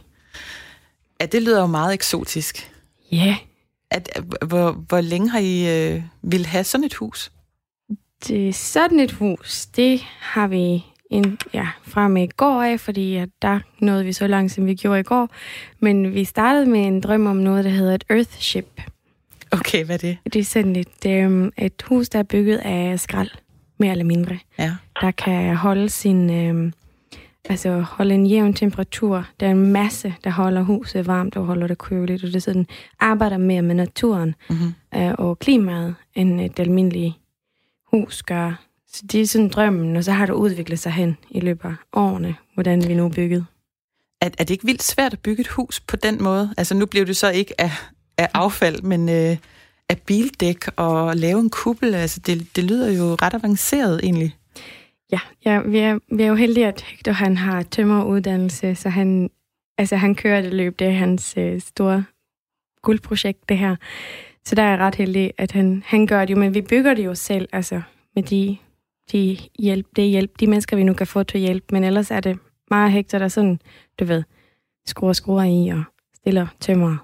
Ja, det lyder jo meget eksotisk. Ja. At, hvor, hvor længe har I øh, ville have sådan et hus? Det, sådan et hus, det har vi en, ja, fra med i går af, fordi at der nåede vi så langt, som vi gjorde i går. Men vi startede med en drøm om noget, der hedder et Earthship. Okay, hvad er det? Det er sådan et, øh, et hus, der er bygget af skrald, mere eller mindre. Ja. Der kan holde sin... Øh, Altså holde en jævn temperatur. Der er en masse, der holder huset varmt og holder det køligt, og det sådan arbejder mere med naturen mm-hmm. øh, og klimaet, end et almindeligt hus gør. Så det er sådan drømmen, og så har det udviklet sig hen i løbet af årene, hvordan vi nu er bygget. Er, er det ikke vildt svært at bygge et hus på den måde? Altså nu bliver det så ikke af, af affald, men øh, af bildæk og lave en kuppel. Altså det, det lyder jo ret avanceret egentlig. Ja, ja vi, er, vi er jo heldige, at Hector han har tømreruddannelse, så han, altså, han kører det løb. Det er hans øh, store guldprojekt, det her. Så der er jeg ret heldig, at han, han gør det jo, men vi bygger det jo selv, altså med de, de hjælp, det hjælp, de mennesker, vi nu kan få til hjælp. Men ellers er det meget Hector, der sådan, du ved, skruer skruer i og stiller tømrer.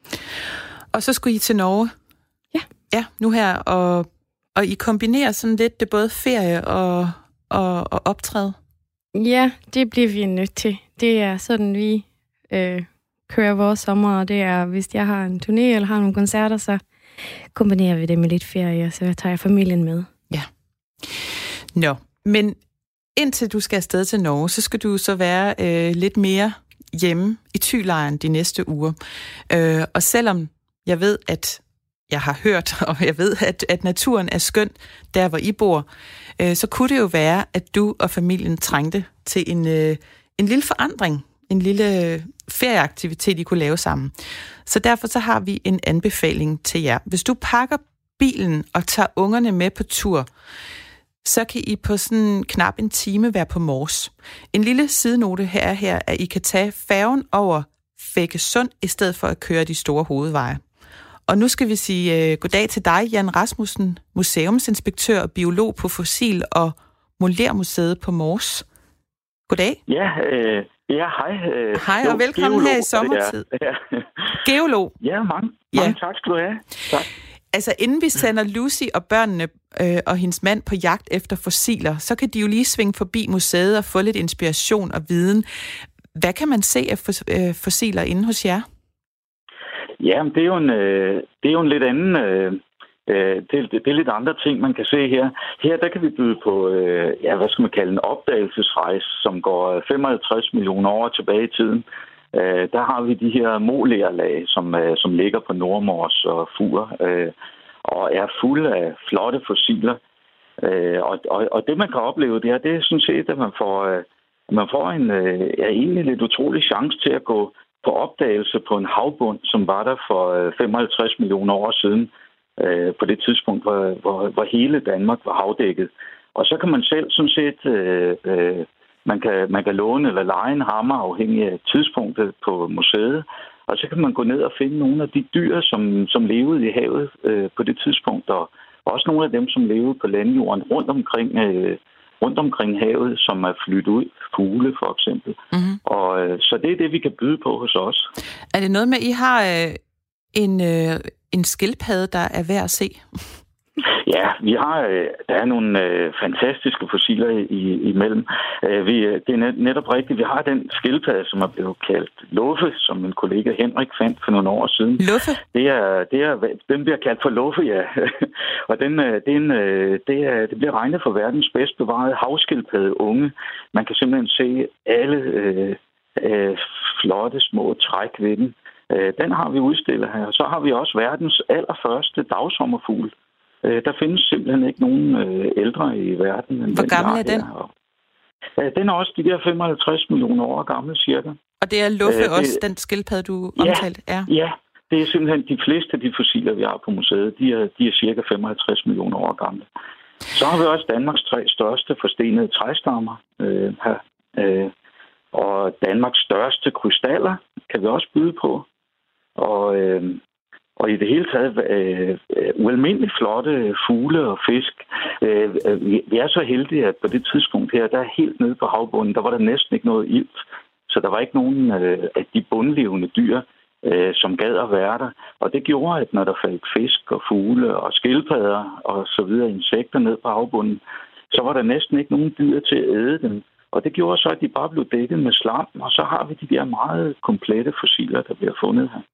Og så skulle I til Norge? Ja. Ja, nu her, og, og I kombinerer sådan lidt det både ferie og... Og, og optræde? Ja, det bliver vi nødt til. Det er sådan, vi øh, kører vores sommer, og det er, hvis jeg har en turné eller har nogle koncerter, så kombinerer vi det med lidt ferie, og så tager jeg familien med. Ja. Nå, men indtil du skal afsted til Norge, så skal du så være øh, lidt mere hjemme i Thylejren de næste uger. Øh, og selvom jeg ved, at jeg har hørt, og jeg ved, at, at naturen er skøn der, hvor I bor, øh, så kunne det jo være, at du og familien trængte til en, øh, en lille forandring, en lille ferieaktivitet, I kunne lave sammen. Så derfor så har vi en anbefaling til jer. Hvis du pakker bilen og tager ungerne med på tur, så kan I på sådan knap en time være på Mors. En lille sidenote her er her, at I kan tage færgen over Fækkesund, i stedet for at køre de store hovedveje. Og nu skal vi sige uh, goddag til dig, Jan Rasmussen, museumsinspektør og biolog på Fossil- og Molermuseet på Mors. Goddag. Ja, øh, ja hej. Øh, hej og velkommen geolog, her i sommertid. Ja, ja. Geolog. Ja, mange, mange ja. tak skal du have. Tak. Altså, inden vi sender Lucy og børnene øh, og hendes mand på jagt efter fossiler, så kan de jo lige svinge forbi museet og få lidt inspiration og viden. Hvad kan man se af fossiler inde hos jer? Ja, det er jo en, øh, det er jo en lidt anden, øh, Øh, det, det, det er lidt andre ting, man kan se her. Her der kan vi byde på, øh, ja, hvad skal man kalde en opdagelsesrejse, som går femoghalvtreds millioner år tilbage i tiden. Øh, der har vi de her molerlag, som, øh, som ligger på Nordmors og Fur, øh, og er fulde af flotte fossiler. Øh, og, og, og det, man kan opleve, det er, det er sådan set, at man får, øh, man får en øh, ja, egentlig lidt utrolig chance til at gå på opdagelse på en havbund, som var der for øh, femoghalvtreds millioner år siden, øh, på det tidspunkt, hvor, hvor, hvor hele Danmark var havdækket. Og så kan man selv sådan set, øh, øh, man, kan, man kan låne eller leje en hammer afhængig af tidspunktet på museet, og så kan man gå ned og finde nogle af de dyr, som, som levede i havet øh, på det tidspunkt, og også nogle af dem, som levede på landjorden rundt omkring, øh, rundt omkring havet, som er flyttet ud, fugle for eksempel. Mm-hmm. Og øh, så det er det, vi kan byde på hos os. Er det noget med, at I har øh, en, øh, en skildpadde, der er værd at se? Ja, vi har, øh, der er nogle øh, fantastiske fossiler i, imellem. Øh, vi, det er netop rigtigt. Vi har den skildpadde, som er blevet kaldt Luffe, som min kollega Henrik fandt for nogle år siden. Luffe? Det er, det er, den bliver kaldt for Luffe, ja. Og den, det, er en, det, er, det bliver regnet for verdens bedst bevarede havskildpadde unge. Man kan simpelthen se alle øh, øh, flotte små træk ved den. Øh, den har vi udstillet her. Så har vi også verdens allerførste dagsommerfugl. Der findes simpelthen ikke nogen øh, ældre i verden. End Hvor gammel er den? Ja, den er også de der femoghalvtreds millioner år gammel, cirka. Og det er Luffe øh, også, den skildpadde, du omtalte? Ja, ja, det er simpelthen de fleste af de fossiler, vi har på museet, de er, de er cirka femoghalvtreds millioner år gamle. Så har vi også Danmarks tre største forstenede træstammer øh, her. Øh, og Danmarks største krystaller kan vi også byde på. Og... Øh, Og i det hele taget øh, ualmindeligt flotte fugle og fisk. Øh, vi er så heldige, at på det tidspunkt her, der helt nede på havbunden, der var der næsten ikke noget ilt. Så der var ikke nogen øh, af de bundlevende dyr, øh, som gad at være der. Og det gjorde, at når der faldt fisk og fugle og skildpadder og så videre, insekter ned på havbunden, så var der næsten ikke nogen dyr til at æde dem. Og det gjorde så, at de bare blev dækket med slam, og så har vi de der meget komplette fossiler, der bliver fundet her.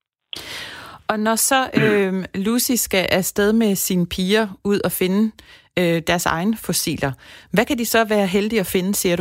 Og når så øh, Lucy skal afsted med sine piger ud og finde øh, deres egne fossiler, hvad kan de så være heldige at finde, siger du?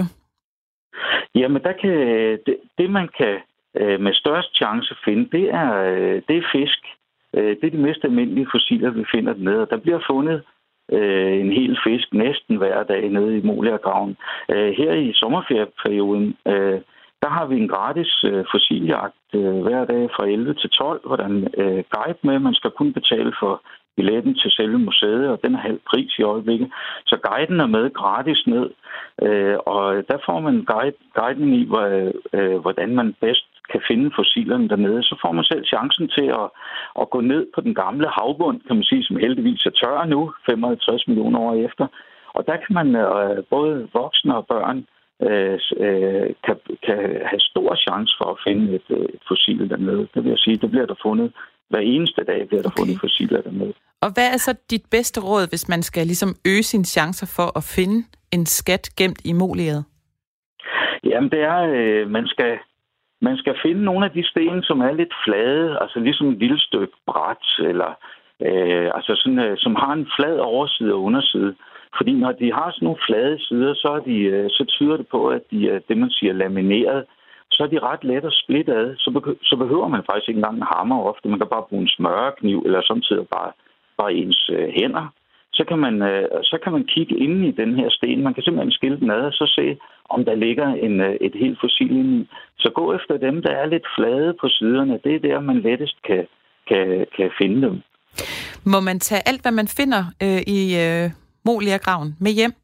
Jamen, der kan, det, det man kan øh, med størst chance finde, det er, øh, det er fisk. Øh, det er de mest almindelige fossiler, vi finder dernede. Og der bliver fundet øh, en hel fisk næsten hver dag nede i Moliagraven. Øh, her i sommerferieperioden, øh, der har vi en gratis øh, fossiljagt øh, hver dag fra elleve til tolv, hvor der er en øh, guide med. Man skal kun betale for billetten til selve museet, og den er halv pris i øjeblikket. Så guiden er med gratis ned, øh, og der får man guide, guiden i, hvor, øh, hvordan man bedst kan finde fossilerne dernede. Så får man selv chancen til at, at gå ned på den gamle havbund, kan man sige, som heldigvis er tør nu, femoghalvtreds millioner år efter. Og der kan man øh, både voksne og børn øh, kan, kan have stor chance for at finde et, et fossil dernede. Det vil jeg sige, det bliver der fundet. Hver eneste dag bliver der okay. fundet fossiler dernede. Og hvad er så dit bedste råd, hvis man skal ligesom øge sine chancer for at finde en skat gemt i Moliaet? Jamen, det er, øh, man skal man skal finde nogle af de sten, som er lidt flade, altså ligesom et lille stykke bræt, eller øh, altså sådan, øh, som har en flad overside og underside. Fordi når de har sådan nogle flade sider, så, er de, øh, så tyder det på, at de er det, man siger, lamineret. Så er de ret let at splitte ad. Så, be- så behøver man faktisk ikke engang en hammer ofte. Man kan bare bruge en smørekniv, eller samtidig bare, bare ens øh, hænder. Så kan, man, øh, så kan man kigge ind i den her sten. Man kan simpelthen skille den ad og så se, om der ligger en, øh, et helt fossil inde. Så gå efter dem, der er lidt flade på siderne. Det er der, man lettest kan, kan, kan finde dem. Må man tage alt, hvad man finder øh, i øh, Moliagraven med hjem?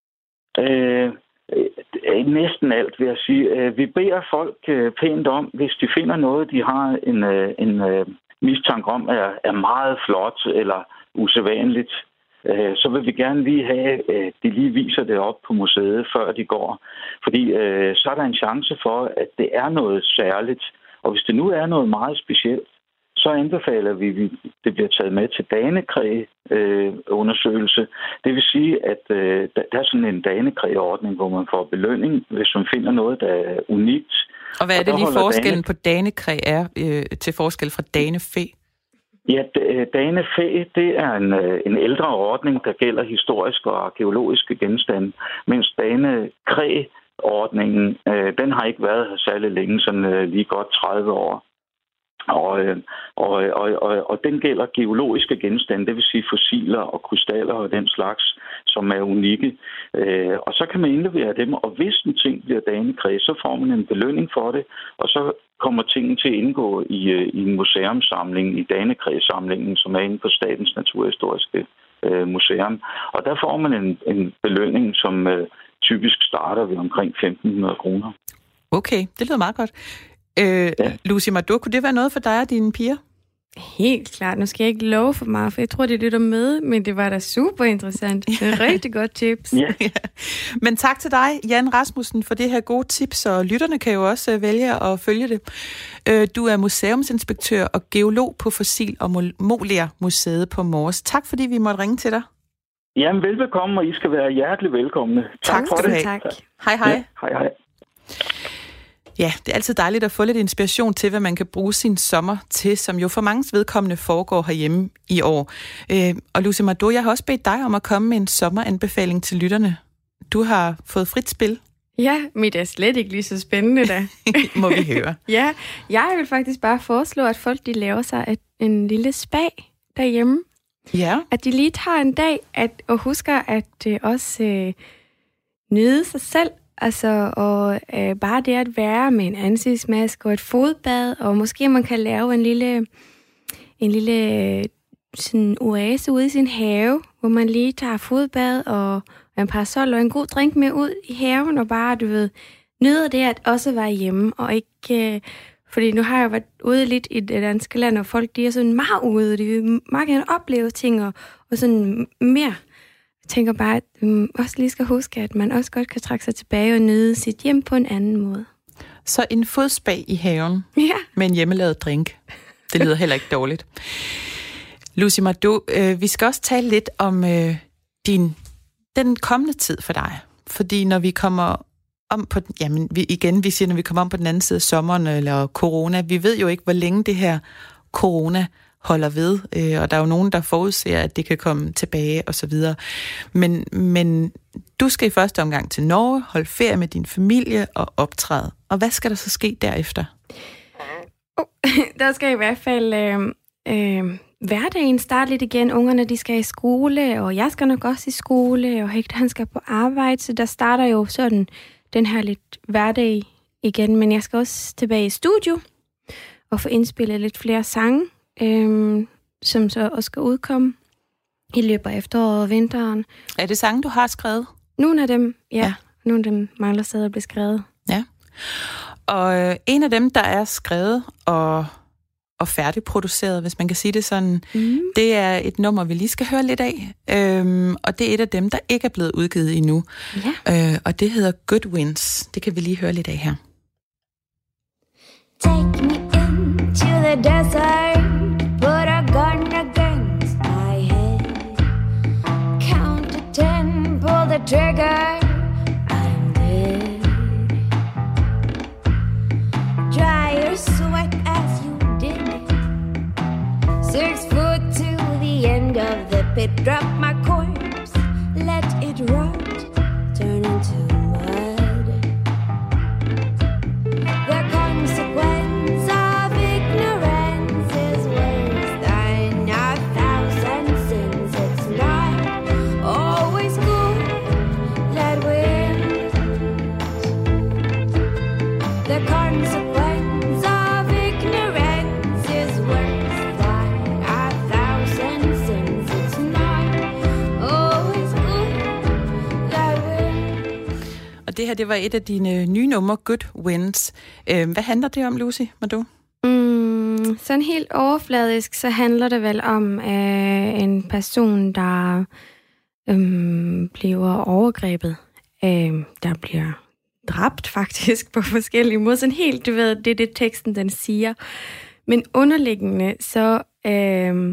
Øh... Næsten alt, vil jeg sige. Vi beder folk pænt om, hvis de finder noget, de har en, en mistanke om, er, er meget flot eller usædvanligt, så vil vi gerne lige have, at de lige viser det op på museet, før de går. Fordi så er der en chance for, at det er noget særligt. Og hvis det nu er noget meget specielt, så anbefaler vi, at det bliver taget med til Danekræ-undersøgelse. Det vil sige, at øh, der er sådan en Danekræ-ordning, hvor man får belønning, hvis man finder noget, der er unikt. Og hvad er det lige forskellen Dane... på Danekræ er øh, til forskel fra Danefæ? Ja, Dane Fæ, det er en, en ældre ordning, der gælder historiske og arkeologiske genstande, mens Dane Kræ-ordningen, øh, den har ikke været her særlig længe, sådan øh, lige godt tredive år. Og, øh, og, og, og, og den gælder geologiske genstande, det vil sige fossiler og krystaller og den slags, som er unikke. Øh, og så kan man indlevere dem, og hvis en ting bliver Danekræ, så får man en belønning for det, og så kommer tingene til at indgå i, i en museumssamling, i Danekræ-samlingen, som er inde på Statens Naturhistoriske øh, Museum. Og der får man en, en belønning, som øh, typisk starter ved omkring femten hundrede kroner. Okay, det lyder meget godt. Øh, ja. Lucy Mardou, kunne det være noget for dig og dine piger? Helt klart. Nu skal jeg ikke love for meget, for jeg tror, det er lidt om med, men det var da super interessant. Det er rigtig godt tips. Ja. Ja. Men tak til dig, Jan Rasmussen, for det her gode tips, og lytterne kan jo også vælge at følge det. Øh, du er museumsinspektør og geolog på Fossil- og Molier Museet på Mors. Tak, fordi vi måtte ringe til dig. Jamen, velbekomme, og I skal være hjertelig velkomne. Tak, tak for det. Tak. Hej, hej. Ja, hej, hej. Ja, det er altid dejligt at få lidt inspiration til, hvad man kan bruge sin sommer til, som jo for manges vedkommende foregår herhjemme i år. Øh, og Lucy Mardou, jeg har også bedt dig om at komme med en sommeranbefaling til lytterne. Du har fået frit spil. Ja, mit er slet ikke lige så spændende da. Må vi høre. Ja, jeg vil faktisk bare foreslå, at folk de laver sig en lille spa derhjemme. Ja. At de lige tager en dag at, og husker at øh, også øh, nyde sig selv. Altså, og øh, bare det at være med en ansigtsmaske og et fodbad, og måske man kan lave en lille, en lille sådan oase ude i sin have, hvor man lige tager fodbad og en parasol og en god drink med ud i haven, og bare, du ved, nyder det at også være hjemme, og ikke... Øh, fordi nu har jeg været ude lidt i det danske land, og folk, de er sådan meget ude, de vil meget gerne opleve ting, og, og sådan mere... Jeg tænker bare, at um, også lige skal huske, at man også godt kan trække sig tilbage og nyde sit hjem på en anden måde. Så en fodspa i haven ja. med en hjemmelavet drink. Det lyder heller ikke dårligt. Lucy Mardou, øh, vi skal også tale lidt om øh, din, den kommende tid for dig. Fordi når vi kommer om på den, jamen vi, igen, vi siger, når vi kommer om på den anden side af sommeren eller corona, vi ved jo ikke, hvor længe det her corona holder ved, øh, og der er jo nogen, der forudser, at det kan komme tilbage og så videre. Men, men du skal i første omgang til Norge, holde ferie med din familie og optræde. Og hvad skal der så ske derefter? Oh, der skal i hvert fald øh, øh, hverdagen starte lidt igen. Ungerne, de skal i skole, og jeg skal nok også i skole, og Hector, han skal på arbejde, så der starter jo sådan den her lidt hverdag igen. Men jeg skal også tilbage i studio og få indspillet lidt flere sange, Øhm, som så også skal udkomme i løbet af efteråret og vinteren. Er det sange, du har skrevet? Nogle af dem, ja. ja. Nogle af dem mangler stadig at blive skrevet. Ja. Og øh, en af dem, der er skrevet og, og færdigproduceret, hvis man kan sige det sådan, mm. det er et nummer, vi lige skal høre lidt af. Øhm, og det er et af dem, der ikke er blevet udgivet endnu. Ja. Øh, og det hedder Good Winds. Det kan vi lige høre lidt af her. Take me into the desert. Put a gun against my head. Count to ten, pull the trigger. I'm dead. Dry your sweat as you did it. Six foot to the end of the pit. Drop my corpse, let it rot, turn into mud. The consequence of ignorance is worse than a thousand sins. It's not always good that wins. The consequence of ignorance is worse than a thousand sins. It's not always good that wins. Og det her, det var et af dine nye numre, Good Winds. Øh, hvad handler det om, Lucy Mardou? Mm, sådan helt overfladisk, så handler det vel om øh, en person, der øh, bliver overgrebet. Øh, der bliver dræbt faktisk på forskellige måder. Sådan helt, du ved, det er det teksten, den siger. Men underliggende, så øh,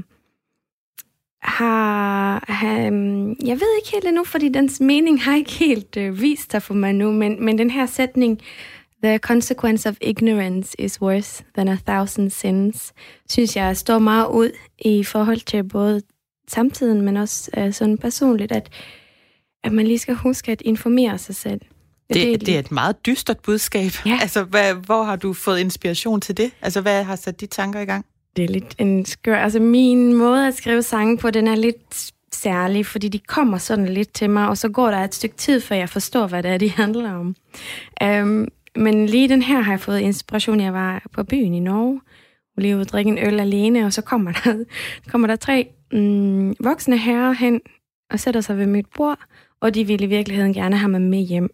har han, jeg ved ikke helt endnu, fordi dens mening har ikke helt øh, vist sig for mig nu, men, men den her sætning The consequence of ignorance is worse than a thousand sins, synes jeg står meget ud i forhold til både samtiden, men også uh, sådan personligt, at, at man lige skal huske at informere sig selv. Det, det, er, det er et meget dystert budskab. Ja. Altså, hvad, hvor har du fået inspiration til det? Altså, hvad har sat de tanker i gang? Det er lidt en skør... Altså, min måde at skrive sange på, den er lidt særlig, fordi de kommer sådan lidt til mig, og så går der et stykke tid, før jeg forstår, hvad det er, de handler om. Um, men lige den her har jeg fået inspiration. Jeg var på byen i Norge, og lige ude og drikke en øl alene, og så kommer der, kommer der tre mm, voksne herrer hen og sætter sig ved mit bord, og de ville i virkeligheden gerne have mig med hjem.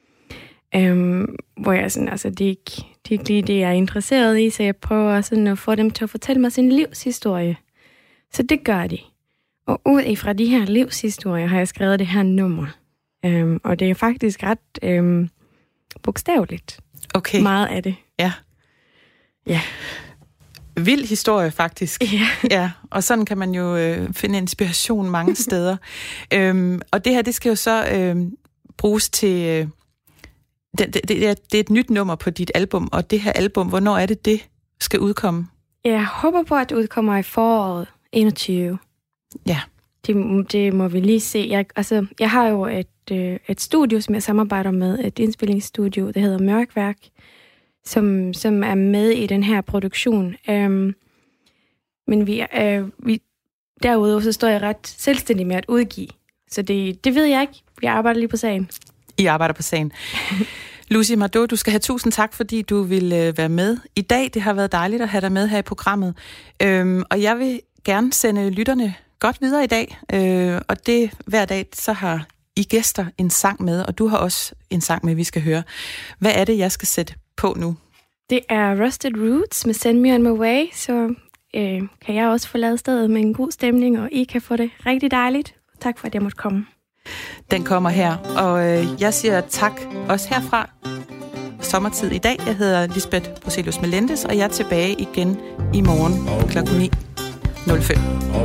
Um, hvor jeg sådan, altså, det er, ikke, det er ikke lige det, jeg er interesseret i, så jeg prøver sådan at få dem til at fortælle mig sin livshistorie. Så det gør de. Og ud ifra de her livshistorier har jeg skrevet det her nummer. Um, og det er faktisk ret um, bogstaveligt. Okay. Meget af det. Ja. Ja. Vild historie, faktisk. Ja. Ja, og sådan kan man jo øh, finde inspiration mange steder. øhm, og det her, det skal jo så øh, bruges til... Øh, det, det, det, er, det er et nyt nummer på dit album, og det her album, hvornår er det, det skal udkomme? Jeg håber på, at det udkommer i foråret enogtyve. Ja. Det, det må vi lige se. Jeg, altså, jeg har jo et, øh, et studio, som jeg samarbejder med, et indspillingsstudio, det hedder Mørkværk, som, som er med i den her produktion. Um, men vi, uh, vi, derudover så står jeg ret selvstændig med at udgive. Så det, det ved jeg ikke. Jeg arbejder lige på sagen. I arbejder på sagen. Lucy Mardot, du skal have tusind tak, fordi du ville være med i dag. Det har været dejligt at have dig med her i programmet. Øhm, og jeg vil gerne sende lytterne godt videre i dag. Øh, og det hver dag, så har I gæster en sang med, og du har også en sang med, vi skal høre. Hvad er det, jeg skal sætte på nu? Det er Rusted Roots med Send Me On My Way, så øh, kan jeg også forlade stedet med en god stemning, og I kan få det rigtig dejligt. Tak for, at jeg måtte komme. Den kommer her, og øh, jeg siger tak også herfra. Sommertid i dag. Jeg hedder Lisbeth Broselius Melendez, og jeg er tilbage igen i morgen klokken ni nul fem.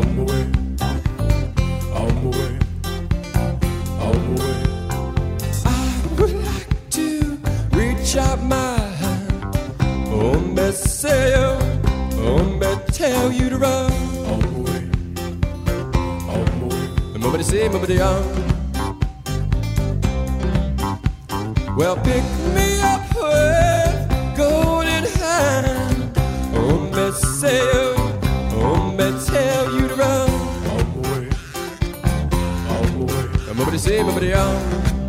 Up my hand, oh, me say you, oh, me tell you to run. All the way, all the way. And nobody say, nobody young. Well, pick me up with golden hand, oh, me say you, oh, me tell you to run. All the way, all the way. And nobody say, nobody young.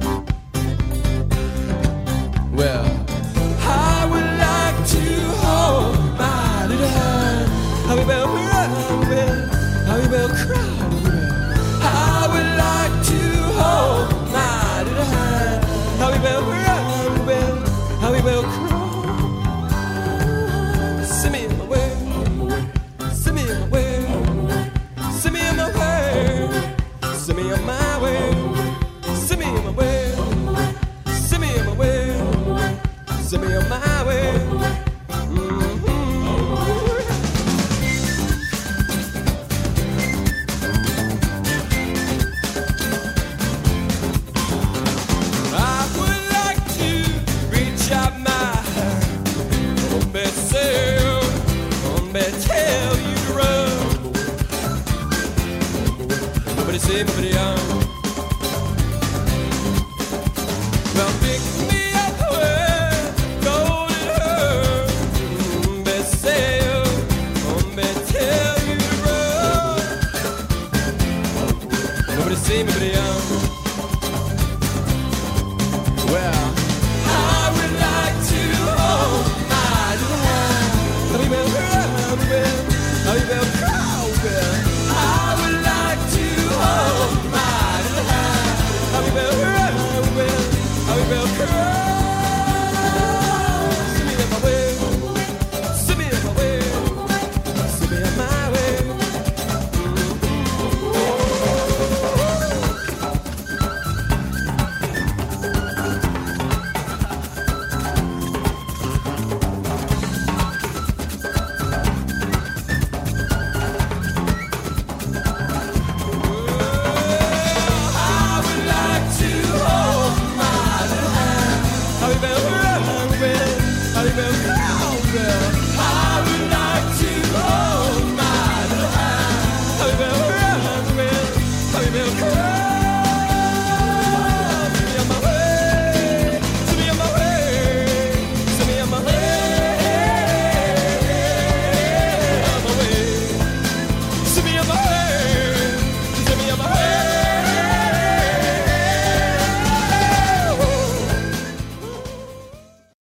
Well, I would like to hold my little hand. How we will run, how we will cry. I would like to hold my little hand. How we will run, how we will cry. Send me in my way, send me in my way, send me in my way, send me on my way, send me in my way, send me in my way. Send me on my way. Mm-hmm. I would like to reach out my hand, oh, me say, oh, me tell you to run. Nobody say, nobody young.